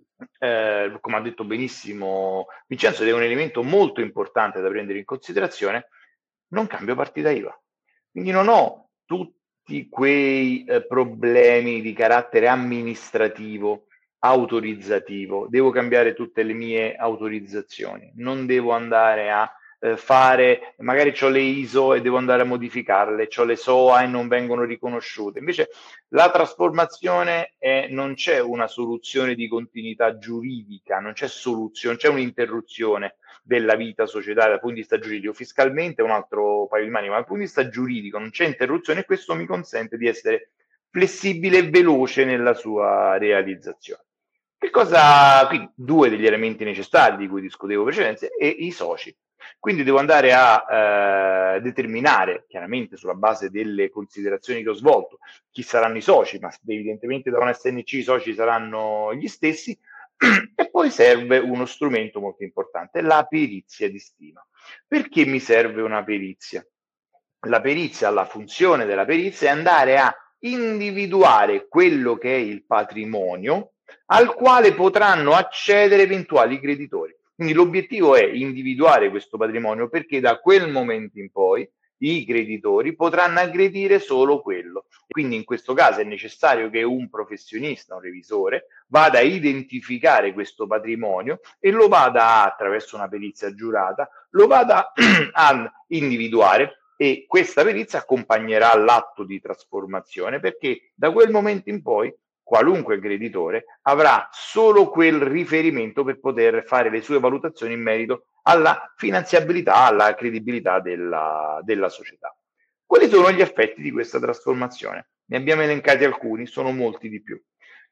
eh, come ha detto benissimo Vincenzo, ed è un elemento molto importante da prendere in considerazione, non cambio partita I V A. Quindi non ho tutti quei eh, problemi di carattere amministrativo, autorizzativo, devo cambiare tutte le mie autorizzazioni, non devo andare a eh, fare, magari ho le I S O e devo andare a modificarle, ho le S O A e non vengono riconosciute. Invece la trasformazione è, non c'è una soluzione di continuità giuridica, non c'è soluzione, c'è un'interruzione della vita societaria dal punto di vista giuridico. Fiscalmente è un altro paio di mani, ma dal punto di vista giuridico non c'è interruzione e questo mi consente di essere flessibile e veloce nella sua realizzazione. Che cosa, quindi due degli elementi necessari di cui discutevo precedentemente e i soci. Quindi devo andare a eh, determinare, chiaramente sulla base delle considerazioni che ho svolto, chi saranno i soci, ma evidentemente da una S N C i soci saranno gli stessi, e poi serve uno strumento molto importante, la perizia di stima. Perché mi serve una perizia? La perizia, la funzione della perizia è andare a individuare quello che è il patrimonio al quale potranno accedere eventuali creditori. Quindi l'obiettivo è individuare questo patrimonio perché da quel momento in poi i creditori potranno aggredire solo quello. Quindi in questo caso è necessario che un professionista, un revisore, vada a identificare questo patrimonio e lo vada, attraverso una perizia giurata, lo vada a individuare, e questa perizia accompagnerà l'atto di trasformazione perché da quel momento in poi qualunque creditore avrà solo quel riferimento per poter fare le sue valutazioni in merito alla finanziabilità, alla credibilità della, della società. Quali sono gli effetti di questa trasformazione? Ne abbiamo elencati alcuni, sono molti di più.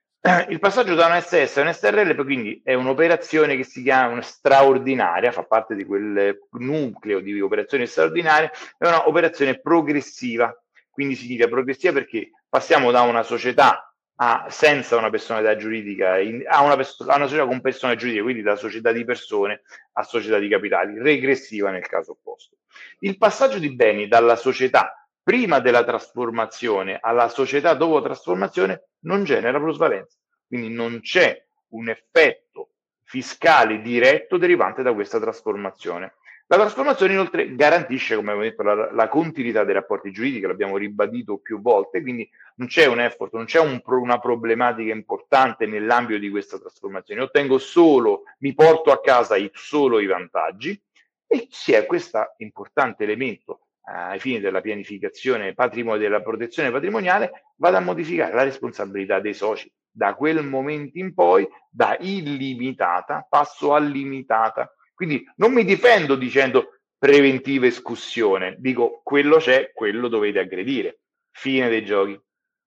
Il passaggio da un S S a un S R L quindi è un'operazione che si chiama una straordinaria, fa parte di quel nucleo di operazioni straordinarie, è un'operazione progressiva, quindi significa progressiva perché passiamo da una società a, senza una personalità giuridica in, a, una perso- a una società con personalità giuridica, quindi da società di persone a società di capitali, regressiva nel caso opposto. Il passaggio di beni dalla società prima della trasformazione alla società dopo trasformazione non genera plusvalenza, quindi non c'è un effetto fiscale diretto derivante da questa trasformazione. La trasformazione inoltre garantisce, come abbiamo detto, la, la continuità dei rapporti giuridici, l'abbiamo ribadito più volte, quindi non c'è un effort, non c'è un, una problematica importante nell'ambito di questa trasformazione. Io ottengo solo, mi porto a casa i, solo i vantaggi e sia questo importante elemento ai fini della pianificazione patrimonio, della protezione patrimoniale, vado a modificare la responsabilità dei soci. Da quel momento in poi, da illimitata, passo a limitata. Quindi non mi difendo dicendo preventiva escussione, dico quello c'è, quello dovete aggredire. Fine dei giochi.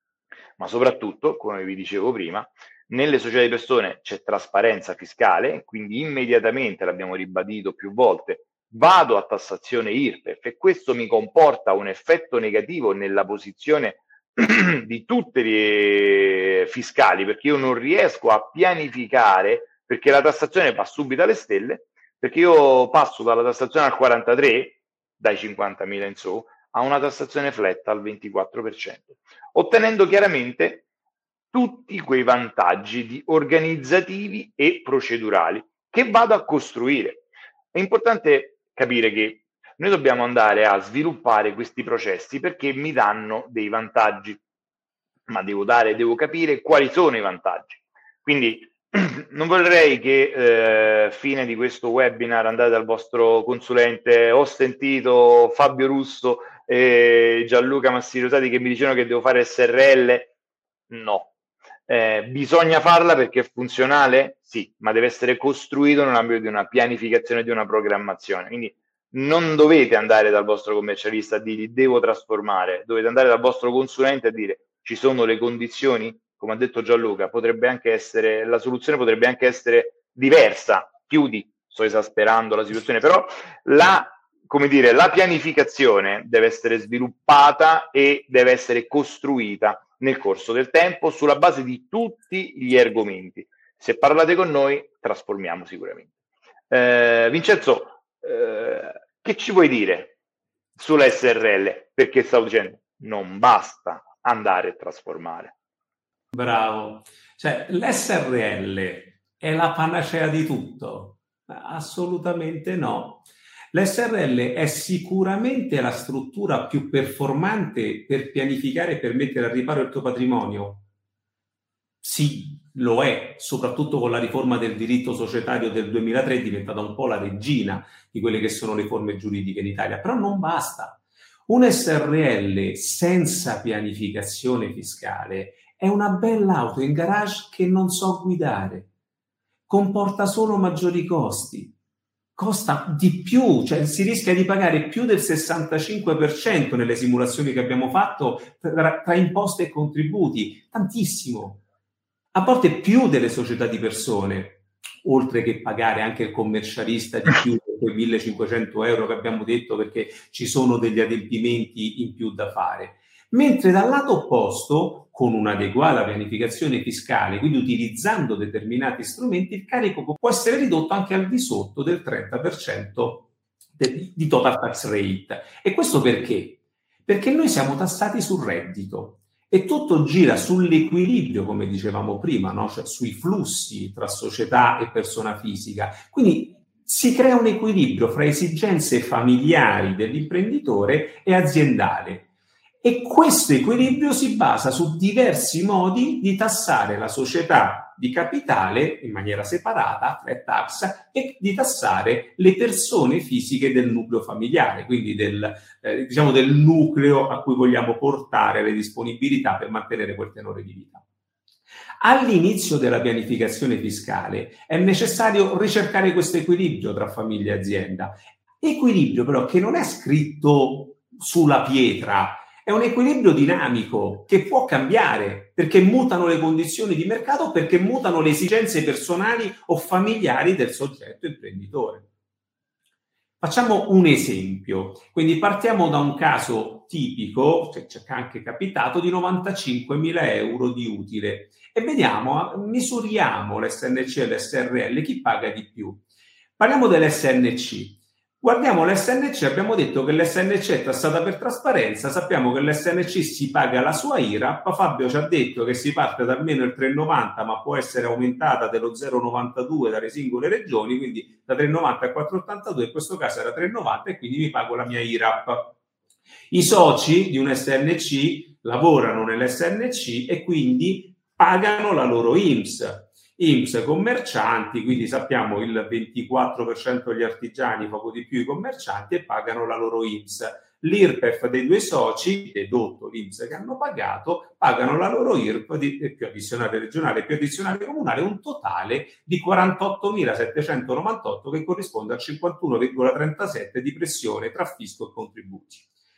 Ma soprattutto, come vi dicevo prima, nelle società di persone c'è trasparenza fiscale, quindi immediatamente, l'abbiamo ribadito più volte, vado a tassazione I R P E F e questo mi comporta un effetto negativo nella posizione di tutte le fiscali, perché io non riesco a pianificare, perché la tassazione va subito alle stelle perché io passo dalla tassazione al quarantatré, dai cinquantamila in su, a una tassazione flat al ventiquattro per cento, ottenendo chiaramente tutti quei vantaggi di organizzativi e procedurali che vado a costruire. È importante capire che noi dobbiamo andare a sviluppare questi processi perché mi danno dei vantaggi, ma devo dare, devo capire quali sono i vantaggi. Quindi non vorrei che eh, fine di questo webinar andate dal vostro consulente, ho sentito Fabio Russo e Gianluca Massirosati che mi dicevano che devo fare S R L. No. Eh, bisogna farla perché è funzionale? Sì, ma deve essere costruito nell'ambito di una pianificazione, di una programmazione. Quindi non dovete andare dal vostro commercialista a dirgli devo trasformare, dovete andare dal vostro consulente a dire ci sono le condizioni, come ha detto Gianluca, potrebbe anche essere, la soluzione potrebbe anche essere diversa, chiudi, sto esasperando la situazione, però la, come dire, la pianificazione deve essere sviluppata e deve essere costruita nel corso del tempo sulla base di tutti gli argomenti. Se parlate con noi, trasformiamo sicuramente. Eh, Vincenzo, eh, che ci vuoi dire sulla S R L? Perché stavo dicendo, non basta andare a trasformare. Bravo. Cioè, l'S R L è la panacea di tutto? Assolutamente no. L'S R L è sicuramente la struttura più performante per pianificare e per mettere al riparo il tuo patrimonio. Sì, lo è, soprattutto con la riforma del diritto societario del duemilatré, è diventata un po' la regina di quelle che sono le forme giuridiche in Italia, però non basta. Un S R L senza pianificazione fiscale è una bella auto in garage che non so guidare, comporta solo maggiori costi, costa di più, cioè si rischia di pagare più del sessantacinque per cento nelle simulazioni che abbiamo fatto tra, tra imposte e contributi, tantissimo. A volte più delle società di persone, oltre che pagare anche il commercialista di più per quei millecinquecento euro che abbiamo detto perché ci sono degli adempimenti in più da fare. Mentre dal lato opposto, con un'adeguata pianificazione fiscale, quindi utilizzando determinati strumenti, il carico può essere ridotto anche al di sotto del trenta per cento di total tax rate. E questo perché? Perché noi siamo tassati sul reddito. E tutto gira sull'equilibrio, come dicevamo prima, no? Cioè sui flussi tra società e persona fisica. Quindi si crea un equilibrio fra esigenze familiari dell'imprenditore e aziendale. E questo equilibrio si basa su diversi modi di tassare la società di capitale in maniera separata, flat tax, e di tassare le persone fisiche del nucleo familiare, quindi del, eh, diciamo del nucleo a cui vogliamo portare le disponibilità per mantenere quel tenore di vita. All'inizio della pianificazione fiscale è necessario ricercare questo equilibrio tra famiglia e azienda. Equilibrio però che non è scritto sulla pietra, è un equilibrio dinamico che può cambiare perché mutano le condizioni di mercato, perché mutano le esigenze personali o familiari del soggetto imprenditore. Facciamo un esempio, quindi partiamo da un caso tipico, cioè c'è anche capitato, di novantacinquemila euro di utile e vediamo, misuriamo l'S N C e l'S R L, chi paga di più. Parliamo dell'S N C. Guardiamo l'S N C, abbiamo detto che l'S N C è tassata per trasparenza, sappiamo che l'S N C si paga la sua I R A P, Fabio ci ha detto che si parte da almeno il tre virgola novanta ma può essere aumentata dello zero virgola novantadue dalle singole regioni, quindi da tre virgola novanta a quattro virgola ottantadue, in questo caso era tre virgola novanta e quindi mi pago la mia I R A P. I soci di un S N C lavorano nell'S N C e quindi pagano la loro I N P S. I N P S commercianti, quindi sappiamo il ventiquattro per cento degli artigiani, poco di più i commercianti, e pagano la loro I N P S. L'I R P E F dei due soci, dedotto l'I N P S che hanno pagato, pagano la loro I R P di, più addizionale regionale più addizionale comunale, un totale di quarantottomilasettecentonovantotto che corrisponde al cinquantuno virgola trentasette di pressione tra fisco e contributi.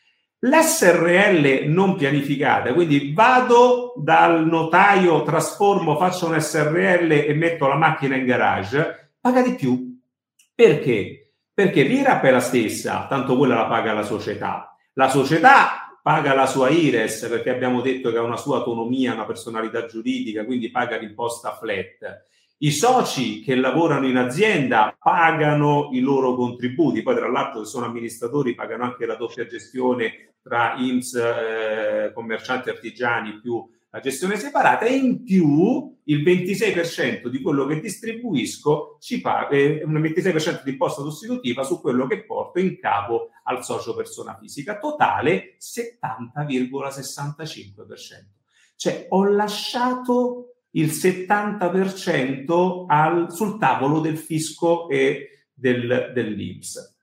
L'S R L non pianificata, quindi vado dal notaio, trasformo, faccio un S R L e metto la macchina in garage, paga di più. Perché? Perché l'I R A P è la stessa, tanto quella la paga la società. La società paga la sua I R E S perché abbiamo detto che ha una sua autonomia, una personalità giuridica, quindi paga l'imposta flat. I soci che lavorano in azienda pagano i loro contributi, poi tra l'altro se sono amministratori pagano anche la doppia gestione tra I N P S, eh, commercianti artigiani più la gestione separata, e in più il ventisei per cento di quello che distribuisco ci paga, eh, un ventisei per cento di imposta sostitutiva su quello che porto in capo al socio persona fisica, totale settanta virgola sessantacinque per cento. Cioè ho lasciato il settanta per cento al, sul tavolo del fisco e del, dell'I N P S.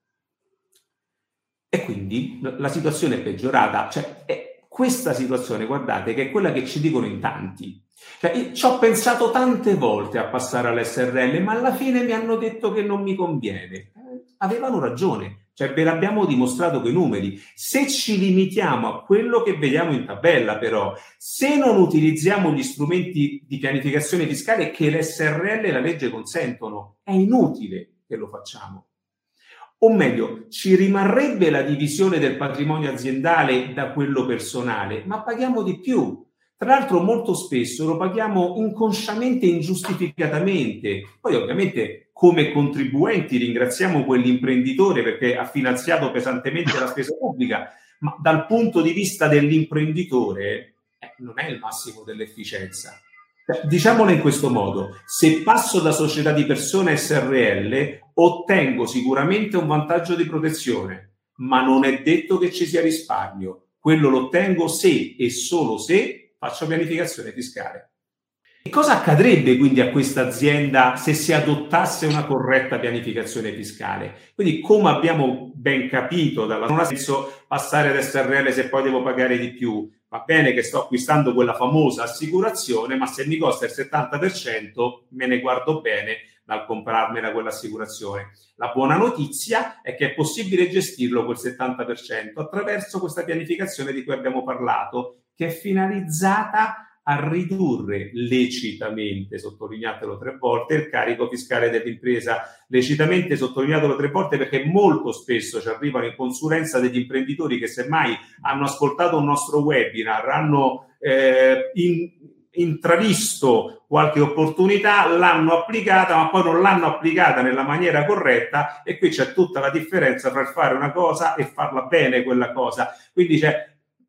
E quindi la situazione è peggiorata. Cioè, è, questa situazione, guardate, che è quella che ci dicono in tanti. Cioè, io ci ho pensato tante volte a passare all'S R L, ma alla fine mi hanno detto che non mi conviene. Eh, avevano ragione. Cioè, ve l'abbiamo dimostrato con i numeri. Se ci limitiamo a quello che vediamo in tabella, però, se non utilizziamo gli strumenti di pianificazione fiscale che l'S R L e la legge consentono, è inutile che lo facciamo. O meglio, ci rimarrebbe la divisione del patrimonio aziendale da quello personale, ma paghiamo di più. Tra l'altro molto spesso lo paghiamo inconsciamente e ingiustificatamente. Poi ovviamente come contribuenti ringraziamo quell'imprenditore perché ha finanziato pesantemente la spesa pubblica, ma dal punto di vista dell'imprenditore eh, non è il massimo dell'efficienza. Diciamolo in questo modo: se passo da società di persone S R L ottengo sicuramente un vantaggio di protezione, ma non è detto che ci sia risparmio. Quello lo ottengo se e solo se faccio pianificazione fiscale. E cosa accadrebbe quindi a questa azienda se si adottasse una corretta pianificazione fiscale? Quindi, come abbiamo ben capito, dalla non ha senso passare ad S R L se poi devo pagare di più. Va bene che sto acquistando quella famosa assicurazione, ma se mi costa il settanta per cento me ne guardo bene dal comprarmela quell'assicurazione. La buona notizia è che è possibile gestirlo quel settanta per cento attraverso questa pianificazione di cui abbiamo parlato, che è finalizzata a ridurre lecitamente, sottolineatelo tre volte, il carico fiscale dell'impresa. Lecitamente sottolineatelo tre volte perché molto spesso ci arrivano in consulenza degli imprenditori che semmai hanno ascoltato un nostro webinar, hanno eh, in, intravisto qualche opportunità, l'hanno applicata ma poi non l'hanno applicata nella maniera corretta, e qui c'è tutta la differenza tra fare una cosa e farla bene quella cosa. Quindi c'è,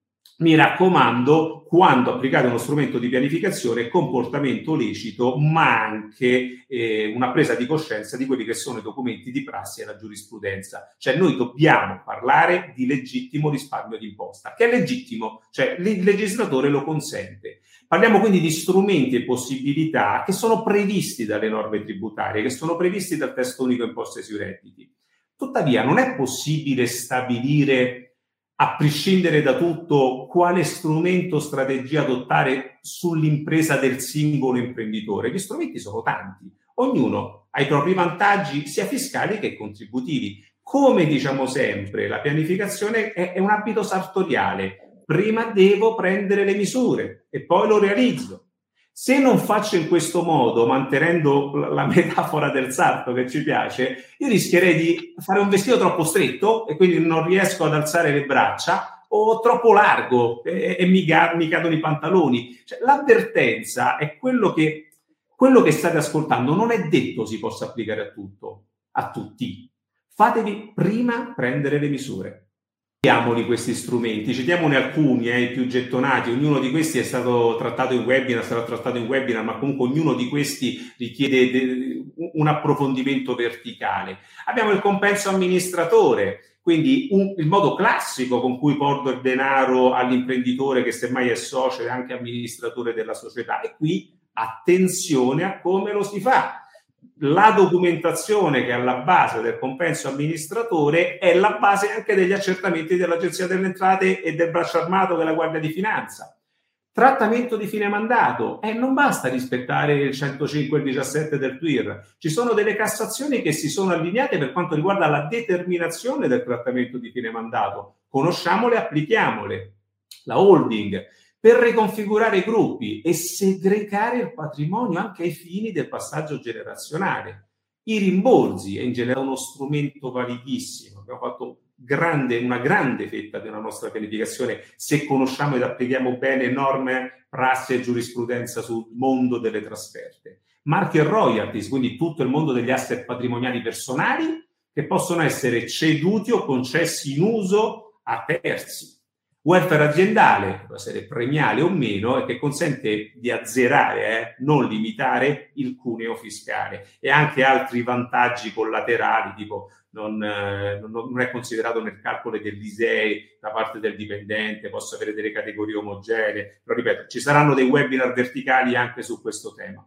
mi raccomando, quando applicate uno strumento di pianificazione, comportamento lecito, ma anche eh, una presa di coscienza di quelli che sono i documenti di prassi e la giurisprudenza. Cioè noi dobbiamo parlare di legittimo risparmio d'imposta, che è legittimo, cioè il legislatore lo consente. Parliamo quindi di strumenti e possibilità che sono previsti dalle norme tributarie, che sono previsti dal testo unico imposte sui redditi. Tuttavia non è possibile stabilire, a prescindere da tutto, quale strumento o strategia adottare sull'impresa del singolo imprenditore. Gli strumenti sono tanti, ognuno ha i propri vantaggi sia fiscali che contributivi. Come diciamo sempre, la pianificazione è, è un abito sartoriale. Prima devo prendere le misure e poi lo realizzo. Se non faccio in questo modo, mantenendo la metafora del sarto che ci piace, io rischierei di fare un vestito troppo stretto e quindi non riesco ad alzare le braccia, o troppo largo e, e mi, mi cadono i pantaloni. Cioè, l'avvertenza è quello che, quello che state ascoltando non è detto si possa applicare a tutto, a tutti. Fatevi prima prendere le misure. Citiamoli questi strumenti, citiamone alcuni, eh, i più gettonati. Ognuno di questi è stato trattato in webinar, sarà trattato in webinar, ma comunque ognuno di questi richiede de- un approfondimento verticale. Abbiamo il compenso amministratore, quindi un, il modo classico con cui porto il denaro all'imprenditore che semmai è socio e anche amministratore della società. E qui attenzione a come lo si fa. La documentazione che è alla base del compenso amministratore è la base anche degli accertamenti dell'Agenzia delle Entrate e del braccio armato della Guardia di Finanza. Trattamento di fine mandato, e eh, non basta rispettare il centocinque e il diciassette del T U I R, ci sono delle Cassazioni che si sono allineate per quanto riguarda la determinazione del trattamento di fine mandato. Conosciamole e applichiamole. La holding, per riconfigurare i gruppi e segregare il patrimonio anche ai fini del passaggio generazionale. I rimborsi è in generale uno strumento validissimo. Abbiamo fatto grande, una grande fetta della nostra pianificazione se conosciamo ed applichiamo bene norme, prassi e giurisprudenza sul mondo delle trasferte. marchi e royalties, quindi tutto il mondo degli asset patrimoniali personali che possono essere ceduti o concessi in uso a terzi. Welfare aziendale, può essere premiale o meno, e che consente di azzerare, eh, non limitare il cuneo fiscale, e anche altri vantaggi collaterali, tipo non, eh, non è considerato nel calcolo dell'I S E E da parte del dipendente, posso avere delle categorie omogenee, però ripeto, ci saranno dei webinar verticali anche su questo tema.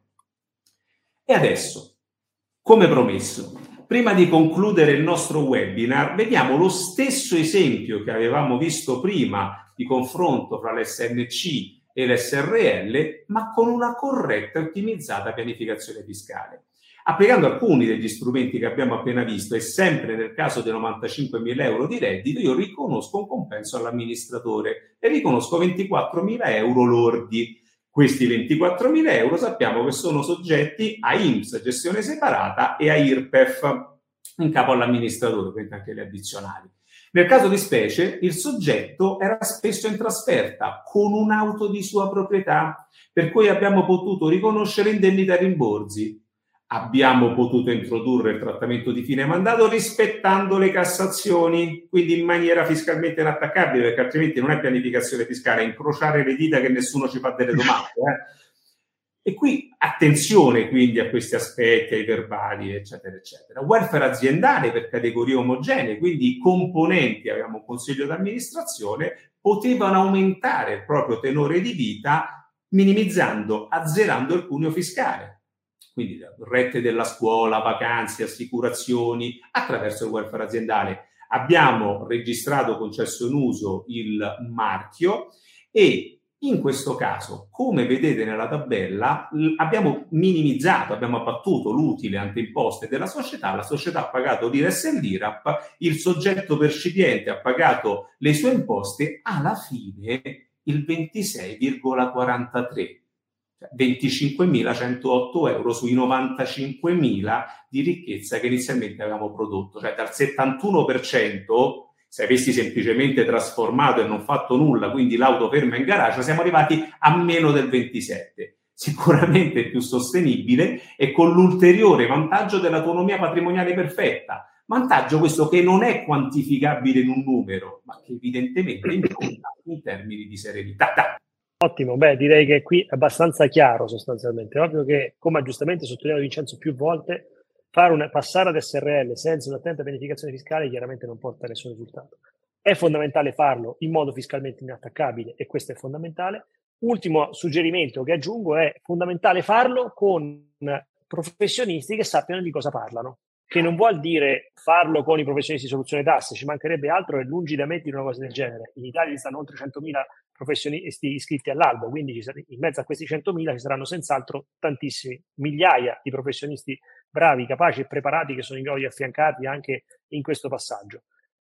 E adesso, come promesso, prima di concludere il nostro webinar, vediamo lo stesso esempio che avevamo visto prima di confronto fra l'S N C e l'S R L, ma con una corretta e ottimizzata pianificazione fiscale. Applicando alcuni degli strumenti che abbiamo appena visto, e sempre nel caso dei novantacinquemila euro di reddito, io riconosco un compenso all'amministratore e riconosco ventiquattromila euro lordi. Questi ventiquattromila euro sappiamo che sono soggetti a I N P S, gestione separata, e a I R P E F in capo all'amministratore, quindi anche le addizionali. Nel caso di specie, il soggetto era spesso in trasferta con un'auto di sua proprietà, per cui abbiamo potuto riconoscere indennità e rimborsi. Abbiamo potuto introdurre il trattamento di fine mandato rispettando le cassazioni, quindi in maniera fiscalmente inattaccabile, perché altrimenti non è pianificazione fiscale, è incrociare le dita che nessuno ci fa delle domande. Eh. E qui attenzione quindi a questi aspetti, ai verbali, eccetera, eccetera. Welfare aziendale per categorie omogenee, quindi i componenti, abbiamo un consiglio d'amministrazione, potevano aumentare il proprio tenore di vita minimizzando, azzerando il cuneo fiscale. Quindi rette della scuola, vacanze, assicurazioni, attraverso il welfare aziendale. Abbiamo registrato, concesso in uso il marchio e in questo caso, come vedete nella tabella, abbiamo minimizzato, abbiamo abbattuto l'utile anteimposte della società, la società ha pagato l'I R E S e l'I R A P, il soggetto percipiente ha pagato le sue imposte, alla fine il ventisei virgola quarantatré. venticinquemilacentotto euro sui novantacinquemila di ricchezza che inizialmente avevamo prodotto, cioè dal settantuno per cento, se avessi semplicemente trasformato e non fatto nulla, quindi l'auto ferma in garage, siamo arrivati a meno del ventisette, sicuramente più sostenibile e con l'ulteriore vantaggio dell'autonomia patrimoniale perfetta, vantaggio questo che non è quantificabile in un numero, ma che evidentemente importa in termini di serenità. Ottimo, beh, direi che qui è abbastanza chiaro sostanzialmente. È ovvio che, come ha giustamente sottolineato Vincenzo più volte, fare una, passare ad S R L senza un'attenta pianificazione fiscale chiaramente non porta a nessun risultato. È fondamentale farlo in modo fiscalmente inattaccabile e questo è fondamentale. Ultimo suggerimento che aggiungo è fondamentale farlo con professionisti che sappiano di cosa parlano, che non vuol dire farlo con i professionisti di soluzione tasse, ci mancherebbe altro, è lungi da me dire una cosa del genere. In Italia ci stanno oltre centomila professionisti iscritti all'albo, quindi ci in mezzo a questi centomila ci saranno senz'altro tantissimi, migliaia di professionisti bravi, capaci e preparati che sono in grado di affiancarvi anche in questo passaggio.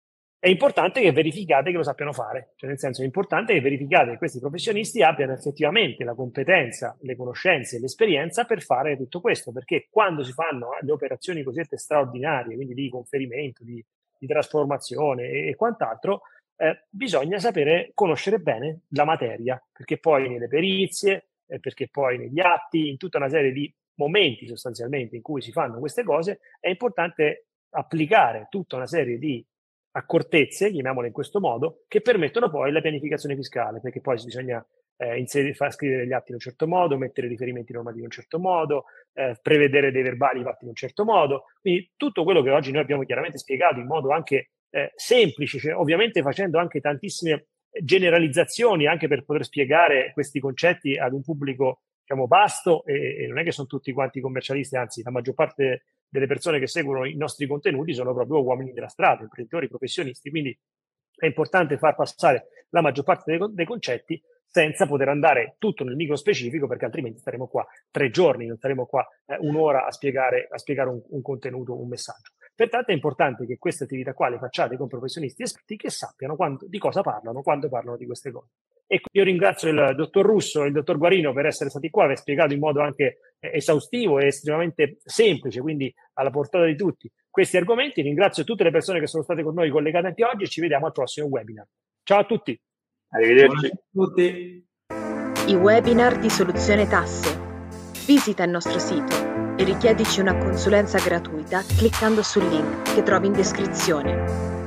È importante che verificate che lo sappiano fare, cioè nel senso è importante che verificate che questi professionisti abbiano effettivamente la competenza, le conoscenze e l'esperienza per fare tutto questo, perché quando si fanno le operazioni cosiddette straordinarie, quindi di conferimento, di, di trasformazione e, e quant'altro, eh, bisogna sapere conoscere bene la materia, perché poi nelle perizie, eh, perché poi negli atti, in tutta una serie di momenti sostanzialmente in cui si fanno queste cose, è importante applicare tutta una serie di accortezze, chiamiamole in questo modo, che permettono poi la pianificazione fiscale, perché poi bisogna eh, inserire, far scrivere gli atti in un certo modo, mettere riferimenti normativi in un certo modo, eh, prevedere dei verbali fatti in un certo modo, quindi tutto quello che oggi noi abbiamo chiaramente spiegato in modo anche eh, semplice, cioè, ovviamente facendo anche tantissime generalizzazioni anche per poter spiegare questi concetti ad un pubblico diciamo vasto e, e non è che sono tutti quanti commercialisti, anzi la maggior parte delle persone che seguono i nostri contenuti sono proprio uomini della strada, imprenditori, professionisti, quindi è importante far passare la maggior parte dei, dei concetti senza poter andare tutto nel micro specifico, perché altrimenti staremo qua tre giorni, non staremo qua eh, un'ora a spiegare, a spiegare un, un contenuto, un messaggio. Pertanto è importante che queste attività qua le facciate con professionisti esperti che sappiano quando, di cosa parlano quando parlano di queste cose. E io ringrazio il dottor Russo e il dottor Guarino per essere stati qua, aver spiegato in modo anche esaustivo e estremamente semplice, quindi alla portata di tutti, questi argomenti. Ringrazio tutte le persone che sono state con noi collegate anche oggi e ci vediamo al prossimo webinar. Ciao a tutti. Arrivederci. Buonasera a tutti. I webinar di Soluzione Tasse. Visita il nostro sito e richiedici una consulenza gratuita cliccando sul link che trovi in descrizione.